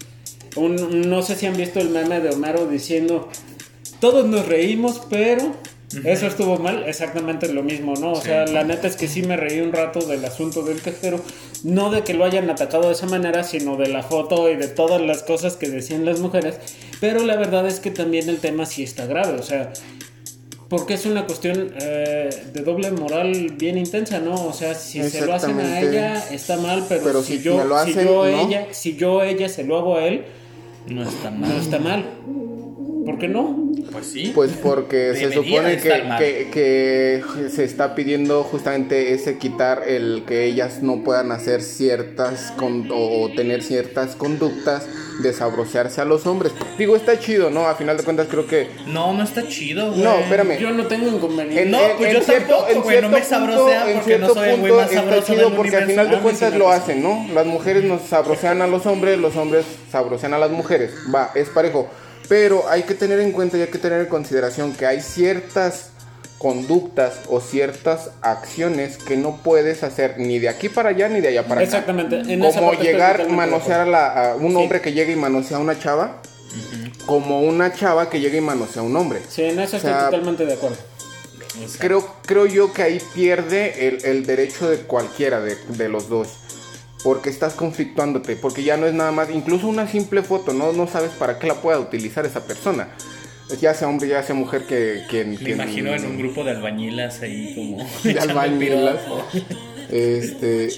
un, no sé si han visto el meme de Homero diciendo, todos nos reímos, pero eso estuvo mal, exactamente lo mismo, ¿no? O sea, la neta es que sí me reí un rato del asunto del cajero, no de que lo hayan atacado de esa manera, sino de la foto y de todas las cosas que decían las mujeres, pero la verdad es que también el tema sí está grave, o sea... Porque es una cuestión eh, de doble moral bien intensa, ¿no? O sea, si se lo hacen a Exactamente. ella, está mal, pero, Pero si, si yo, me lo si hacen, yo ¿no? ella, si yo ella se lo hago a él, no está no mal. está mal. ¿Por qué no? Pues sí. Pues porque se Debería supone de que, estar mal. que, que se está pidiendo justamente ese quitar el que ellas no puedan hacer ciertas con, o tener ciertas conductas de sabrosearse a los hombres. Digo, está chido, ¿no? A final de cuentas creo que... No, no está chido, güey. No, espérame. Yo no tengo inconveniente. No, pues yo tampoco, güey, no me sabrosean en porque cierto no soy el güey punto más está sabroso chido del porque al universo. final de Ah, cuentas sí, lo no, hacen, ¿no? Las mujeres nos sabrosean a los hombres, los hombres sabrosean a las mujeres. Va, es parejo. Pero hay que tener en cuenta y hay que tener en consideración que hay ciertas conductas o ciertas acciones que no puedes hacer ni de aquí para allá ni de allá para acá. Exactamente. En esa Como parte estoy llegar, totalmente de manosear a, acuerdo. la, a un Sí. hombre que llega y manosea a una chava, como una chava que llega y manosea a un hombre. Sí, en eso estoy O sea, totalmente de acuerdo. Creo, creo yo que ahí pierde el, el derecho de cualquiera de, de los dos. Porque estás conflictuándote. Porque ya no es nada más. Incluso una simple foto. No, no sabes para qué la pueda utilizar esa persona. Ya sea hombre, ya sea mujer que... que Me que- imagino en un grupo de albañilas ahí como de echando albañilas. piropo. Este...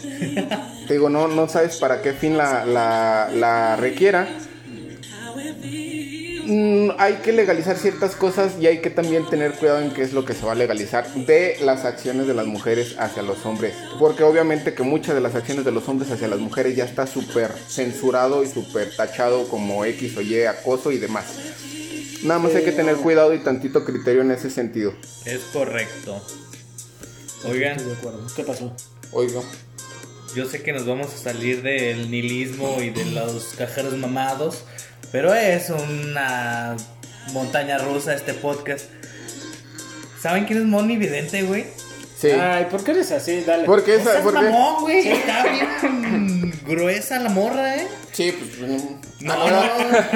Te digo, no, no sabes para qué fin la, la, la requiera. Mm, hay que legalizar ciertas cosas y hay que también tener cuidado en qué es lo que se va a legalizar de las acciones de las mujeres hacia los hombres. Porque obviamente que muchas de las acciones de los hombres hacia las mujeres ya está súper censurado y súper tachado como X o Y, acoso y demás. Nada más hay que tener cuidado y tantito criterio en ese sentido. Es correcto. Oigan, Estoy de acuerdo. ¿Qué pasó? Oiga. yo sé que nos vamos a salir del nihilismo y de los cajeros mamados, pero es una montaña rusa este podcast. ¿Saben quién es Moni Vidente, güey? Sí. Ay, ¿por qué eres así? Dale. Porque No esa... seas Porque... mamón, güey. Está bien gruesa la morra, ¿eh? Sí, pues... No, no.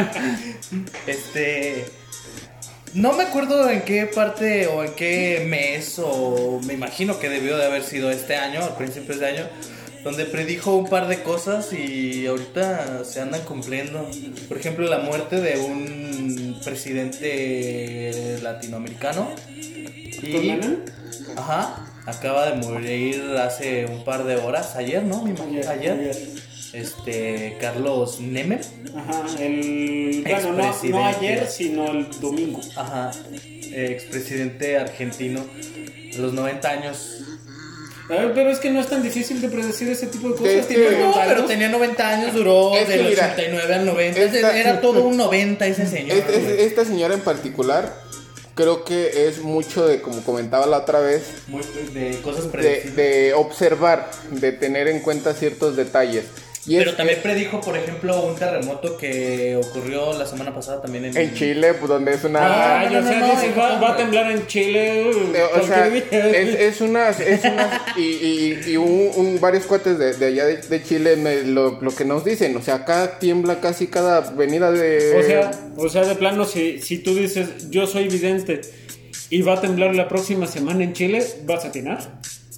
Este. No me acuerdo en qué parte o en qué mes, o me imagino que debió de haber sido este año, a principios de año, donde predijo un par de cosas y ahorita se andan cumpliendo. Por ejemplo, la muerte de un presidente latinoamericano. Y, ¿Manuel? ajá, acaba de morir hace un par de horas, ayer, ¿no? Me imagino, Ayer, ayer. ayer. Este, Carlos Neme. Ajá, el... Bueno, no, no Expresidente. ayer, sino el domingo. Ajá, expresidente argentino, a los noventa años. A ver, pero es que no es tan difícil de predecir ese tipo de cosas. Es que- Tiene No, noventa pero años. tenía noventa años, duró Es que del mira, ochenta y nueve al noventa. esta- Era todo un noventa ese señor. Este- güey. este- esta señora en particular, creo que es mucho de, como comentaba la otra vez, Muy- de cosas de, predecibles. de observar, de tener en cuenta ciertos detalles. Y Pero es- también predijo, por ejemplo, un terremoto que ocurrió la semana pasada también en, en Chile, pues donde es una... Ah, no, o no, sea, no, dice, no, va, no. va a temblar en Chile. uh, Eh, o sea, cualquier día. es, es unas, es unas, y, y, y un, un- varios cuates de, de allá de, de Chile me, lo, lo que nos dicen, o sea, acá tiembla casi cada venida de... O sea, o sea, de plano, si, si tú dices, yo soy vidente y va a temblar la próxima semana en Chile, ¿vas a atinar?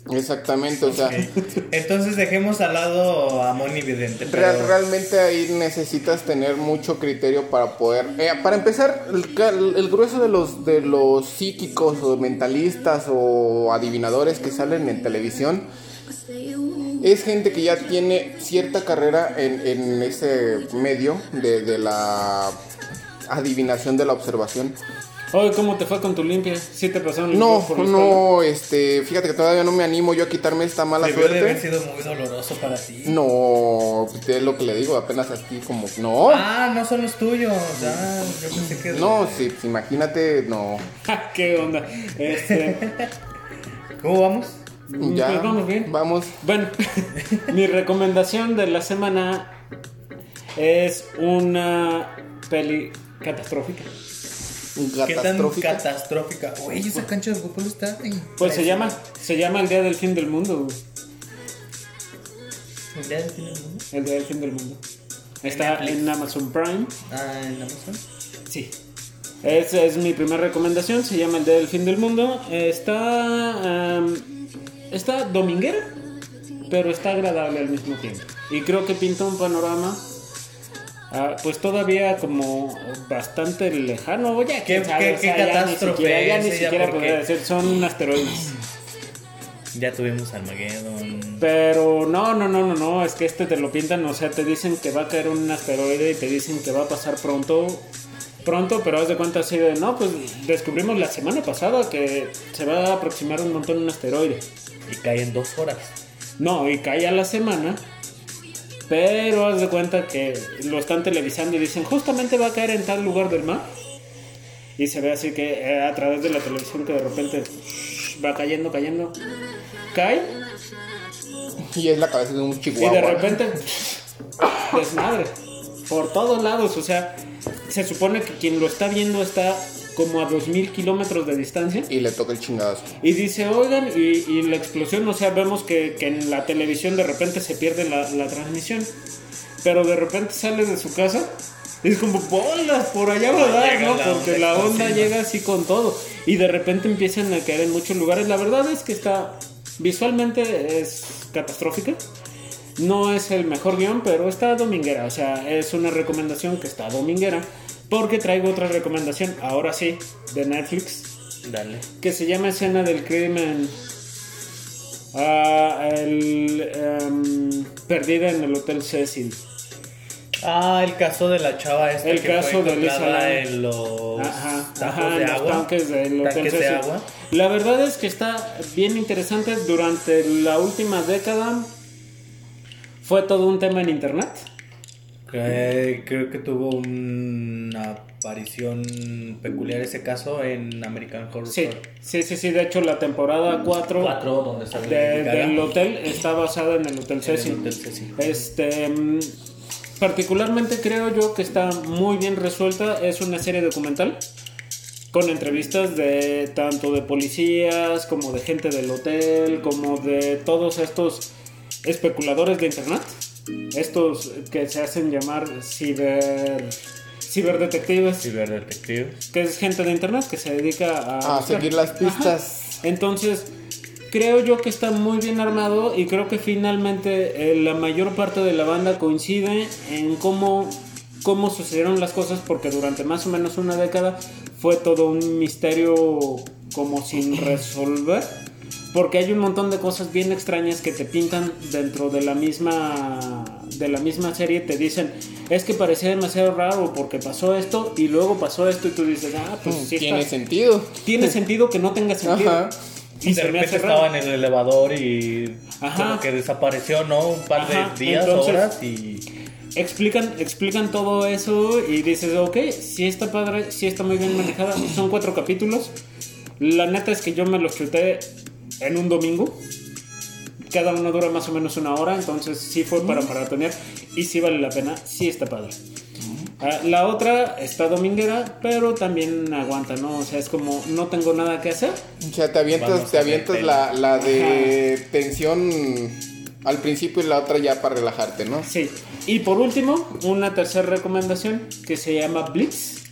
Exactamente, o sea, Ok. Entonces dejemos al lado a Moni Vidente. Pero... real- realmente ahí necesitas tener mucho criterio para poder, eh, para empezar, el, ca- el grueso de los de los psíquicos o mentalistas o adivinadores que salen en televisión es gente que ya tiene cierta carrera en, en ese medio de, de la adivinación, de la observación. Oye, ¿cómo te fue con tu limpia? ¿Sí te pasaron los No, huevos por la no, este, fíjate que todavía no me animo yo a quitarme esta mala debió de haber suerte. sido muy doloroso para ti. No, es lo que le digo, apenas así como, no, Ah, no son los tuyos. Ah, yo pensé que... no, sí, pues, imagínate, no, espalda? ¿Qué onda? Este, ¿Cómo vamos? ya, pues vamos bien. vamos, Bueno, mi recomendación de la semana es una peli catastrófica. ¿Qué tan catastrófica. catastrófica? Güey, esa cancha de fútbol está... ay, Pues se parece- llama, se llama El Día del Fin del Mundo, güey. ¿Ya tiene el mundo? El Día del Fin del Mundo. Está Netflix? en Amazon Prime. Ah, en Amazon. Sí. Esa es mi primera recomendación. Se llama El Día del Fin del Mundo. Está. em, está dominguera, pero está agradable al mismo tiempo. Y creo que pinta un panorama. ah, pues todavía como bastante lejano. Ya, ¿Qué- quién sabe, qué- o sea, qué ya ni catástrofe siquiera, ya es ni ella? siquiera ¿Por qué? podría decir. Son asteroides. Ya tuvimos Armageddon. Pero no, no, no, no, no, es que este te lo pintan, o sea, te dicen que va a caer un asteroide y te dicen que va a pasar pronto, pronto, pero haz de cuenta así de, no, pues descubrimos la semana pasada que se va a aproximar un montón un asteroide. Y cae en dos horas. No, y cae a la semana, pero haz de cuenta que lo están televisando y dicen, justamente va a caer en tal lugar del mar. Y se ve así que eh, a través de la televisión que de repente va cayendo, cayendo, cae. Y es la cabeza de un Y chihuahua. de repente, desmadre. Por todos lados. O sea, se supone que quien lo está viendo está como a dos mil kilómetros de distancia. Y le toca el chingadazo. Y dice, oigan, y, y la explosión, o sea, vemos que, que en la televisión de repente se pierde la, la transmisión. Pero de repente sale de su casa. Y es como, bolas, por allá va a dar, Llega ¿no? la Porque onda la onda explosiva. llega así con todo. Y de repente empiezan a caer en muchos lugares. La verdad es que está, visualmente es catastrófica. No es el mejor guión, pero está dominguera. O sea, es una recomendación que está dominguera. Porque traigo otra recomendación, ahora sí, de Netflix. Dale. Que se llama Escena del Crimen. Ah, el, em, perdida en el Hotel Cecil. Ah, el caso de la chava esta El que caso fue de Lisa encontrada Lam. en los Ajá, tacos ajá, de en los agua. tanques del Hotel Tanques de Cecil. agua. La verdad es que está bien interesante. Durante la última década fue todo un tema en internet. Que- creo que tuvo una aparición peculiar ese caso en American Horror Sí, Story sí, sí, sí. De hecho, la temporada cuatro cuatro, donde sale de- Lady Gaga. del hotel está basada en el Hotel En el Cecil. Hotel Cecil. Este, mm, particularmente creo yo que está muy bien resuelta. Es una serie documental con entrevistas de tanto de policías como de gente del hotel, como de todos estos especuladores de internet, estos que se hacen llamar ciber ciberdetectives, Ciberdetective. que es gente de internet que se dedica a, A buscar. seguir las Ajá. pistas. Entonces, creo yo que está muy bien armado y creo que finalmente eh, la mayor parte de la banda coincide en cómo, cómo sucedieron las cosas, porque durante más o menos una década fue todo un misterio como sin resolver, porque hay un montón de cosas bien extrañas que te pintan dentro de la misma de la misma serie. Te dicen, es que parecía demasiado raro porque pasó esto y luego pasó esto, y tú dices, ah, pues sí Tiene está- sentido. tiene sentido que no tenga sentido. Ajá. Y de se me repente hace raro. estaba en el elevador y Ajá. como que desapareció, ¿no? Un par Ajá, de días, entonces- horas y... Explican, explican todo eso y dices, ok, sí está padre, sí está muy bien manejada. Son cuatro capítulos. La neta es que yo me los chuté en un domingo. Cada uno dura más o menos una hora, entonces sí fue para maratonear y sí vale la pena, sí está padre. Ah, la otra está dominguera, pero también aguanta, ¿no? O sea, es como, no tengo nada que hacer. O sea, te avientas, Vamos te a ver avientas tele. la, la de tensión al principio y la otra ya para relajarte, ¿no? Sí. Y por último, una tercera recomendación que se llama Blitz.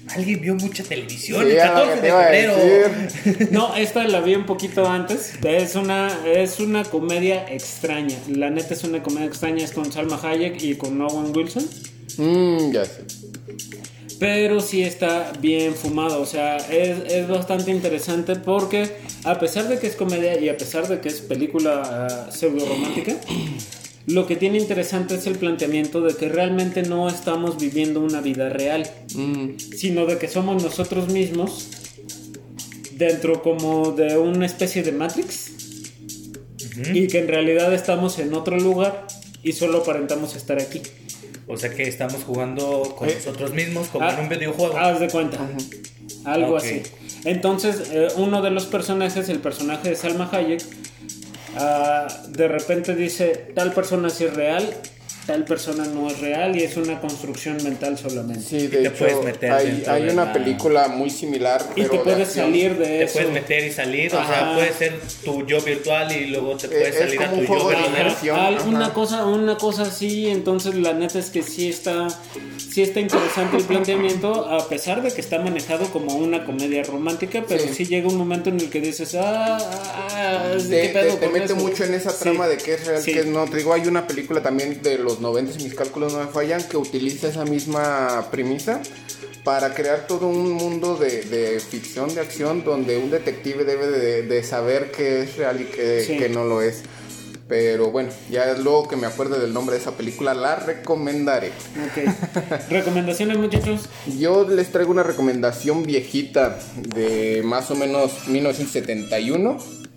Alguien vio mucha televisión Sí, el era lo catorce que te de iba a febrero. decir. No, esta la vi un poquito antes. Es una, es una comedia extraña. La neta es una comedia extraña. Es con Salma Hayek y con Owen Wilson. Mm, ya sé. Pero sí está bien fumado. O sea, es, es bastante interesante porque a pesar de que es comedia y a pesar de que es película uh, pseudo romántica, lo que tiene interesante es el planteamiento de que realmente no estamos viviendo una vida real, Mm. sino de que somos nosotros mismos dentro como de una especie de Matrix. Uh-huh. Y que en realidad estamos en otro lugar y solo aparentamos estar aquí. O sea que estamos jugando con eh, nosotros mismos como ah, en un videojuego. Haz de cuenta. Uh-huh. Algo okay. así. Entonces, eh, uno de los personajes, el personaje de Salma Hayek, uh, de repente dice, tal persona sí es real, tal persona no es real y es una construcción mental solamente. Sí, de y te hecho, puedes meter hay, hay una la... película muy similar. Y pero te puedes acción. salir de te eso. Te puedes meter y salir, Ajá. O sea, puede ser tu yo virtual y luego te puedes es salir a tu yo verdadero. Una cosa, una cosa así, entonces la neta es que sí está, sí está interesante el planteamiento, a pesar de que está manejado como una comedia romántica, pero sí, sí llega un momento en el que dices, ah, ah te, te, te mete eso? mucho en esa trama sí. de que es real, sí. que no. Te digo, hay una película también de los noventa, si mis cálculos no me fallan, que utiliza esa misma premisa para crear todo un mundo de, de ficción, de acción, donde un detective debe de, de saber qué es real y qué, sí. qué no lo es. Pero bueno, ya luego que me acuerde del nombre de esa película, la recomendaré. Ok. ¿Recomendaciones, muchachos? Yo les traigo una recomendación viejita de más o menos mil novecientos setenta y uno,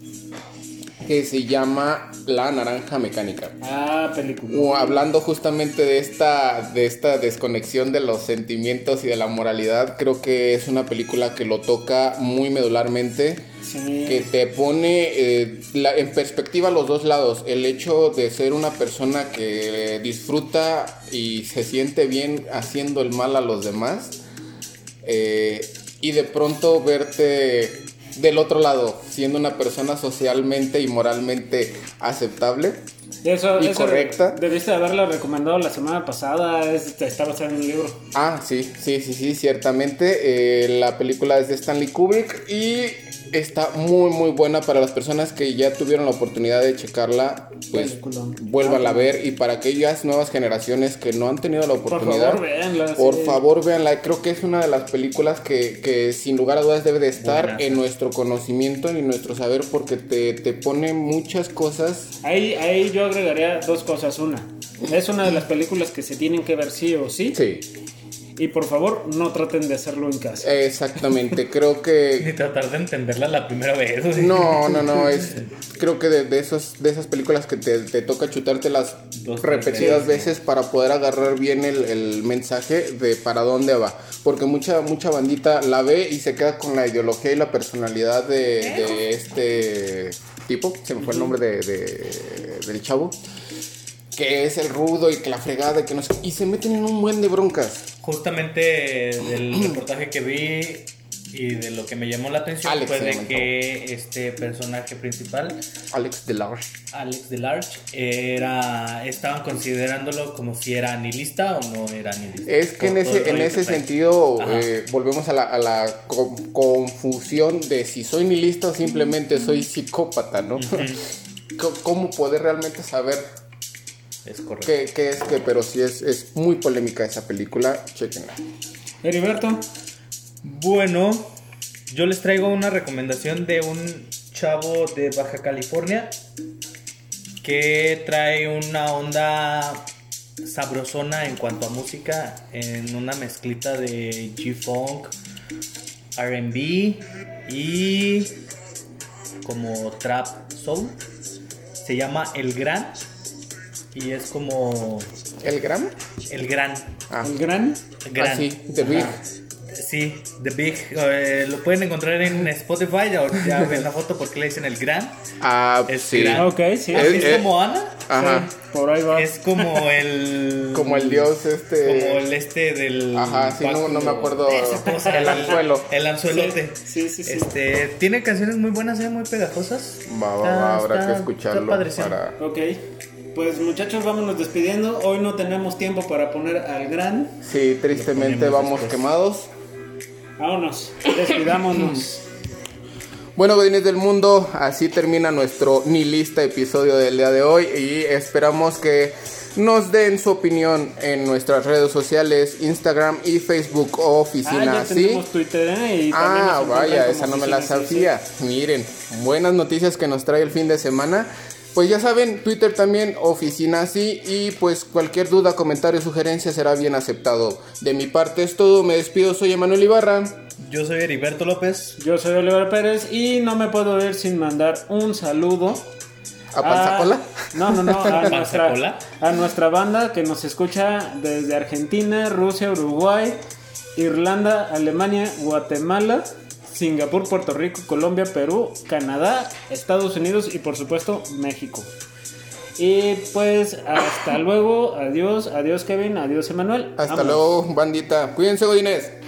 que se llama La Naranja Mecánica. Ah, película. O hablando justamente de esta, de esta desconexión de los sentimientos y de la moralidad, creo que es una película que lo toca muy medularmente, sí. que te pone eh, la, en perspectiva los dos lados. El hecho de ser una persona que disfruta y se siente bien haciendo el mal a los demás, eh, y de pronto verte del otro lado, siendo una persona socialmente y moralmente aceptable eso, y eso correcta. Debiste haberla recomendado la semana pasada, es, está basada en un libro. Ah, sí, sí, sí, sí, ciertamente. Eh, la película es de Stanley Kubrick y está muy, muy buena para las personas que ya tuvieron la oportunidad de checarla. Pues vuélvanla a ver, y para aquellas nuevas generaciones que no han tenido la oportunidad, por favor, véanla. Por sí. favor, véanla. Creo que es una de las películas que, que sin lugar a dudas debe de estar Buena. en nuestro conocimiento y nuestro saber, porque te, te pone muchas cosas. Ahí, ahí yo agregaría dos cosas. Una, es una de las películas que se tienen que ver sí o sí. Sí. Y por favor, no traten de hacerlo en casa. Exactamente, creo que... Ni tratar de entenderla la primera vez. No, no, no, es... Creo que de, de, esos, de esas películas que te, te toca chutártelas Dos repetidas veces, veces para poder agarrar bien el, el mensaje de para dónde va. Porque mucha, mucha bandita la ve y se queda con la ideología y la personalidad de, de este tipo. Se me fue el nombre de, de, del chavo. Que es el rudo y que la fregada y que no sé, y se meten en un buen de broncas. Justamente del reportaje que vi y de lo que me llamó la atención Alex fue de que este personaje principal, Alex Delarge, Alex Delarge era, estaban considerándolo como si era nihilista o no era nihilista. Es que en ese, en ese sentido eh, volvemos a la, a la co- confusión de si soy nihilista o simplemente soy psicópata, ¿no? Uh-huh. ¿Cómo poder realmente saber? Es correcto. ¿Qué, qué es que? Pero sí es, es muy polémica esa película, chequenla. Heriberto. Bueno, yo les traigo una recomendación de un chavo de Baja California que trae una onda sabrosona en cuanto a música, en una mezclita de G-Funk, R and B y como trap soul. Se llama El Gran. Y es como... ¿El Gran? El Gran. Ah. ¿El Gran? El Gran. Ah, sí, The Big. Ah, sí, The Big. Eh, lo pueden encontrar en Spotify. Ya, ya ven la foto porque le dicen El Gran. Ah, es sí. Gran. Ok, sí. ¿Es, es, es como Ana? Ajá. Sí, por ahí va. Es como el... Como el dios este... Como el este del... Ajá, sí, no, no me acuerdo. Cosa, el anzuelo. El anzuelote. Sí, sí, sí. Este, tiene canciones muy buenas, ¿eh? Muy pegajosas. Va, va, va, habrá está, que escucharlo para... Ok. Pues muchachos, vámonos despidiendo. Hoy no tenemos tiempo para poner al Gran. Sí, tristemente vamos después. quemados. Vámonos, despidámonos. Bueno, godines del mundo, así termina nuestro nihilista episodio del día de hoy y esperamos que nos den su opinión en nuestras redes sociales, Instagram y Facebook o oficina. Ah, ya tenemos Twitter, ¿eh? Y ah, vaya, esa no me la oficina, sabía. sí, sí. Miren, buenas noticias que nos trae el fin de semana. Pues ya saben, Twitter también, oficina así, y pues cualquier duda, comentario, sugerencia será bien aceptado. De mi parte es todo, me despido, soy Emanuel Ibarra. Yo soy Heriberto López. Yo soy Oliver Pérez y no me puedo ir sin mandar un saludo. ¿A Panzacola? No, no, no, a nuestra, ¿Panzacola? a nuestra banda que nos escucha desde Argentina, Rusia, Uruguay, Irlanda, Alemania, Guatemala, Singapur, Puerto Rico, Colombia, Perú, Canadá, Estados Unidos y por supuesto México. Y pues hasta luego, adiós, adiós Kevin, adiós Emanuel. Hasta Vámonos. luego, bandita. Cuídense, godines.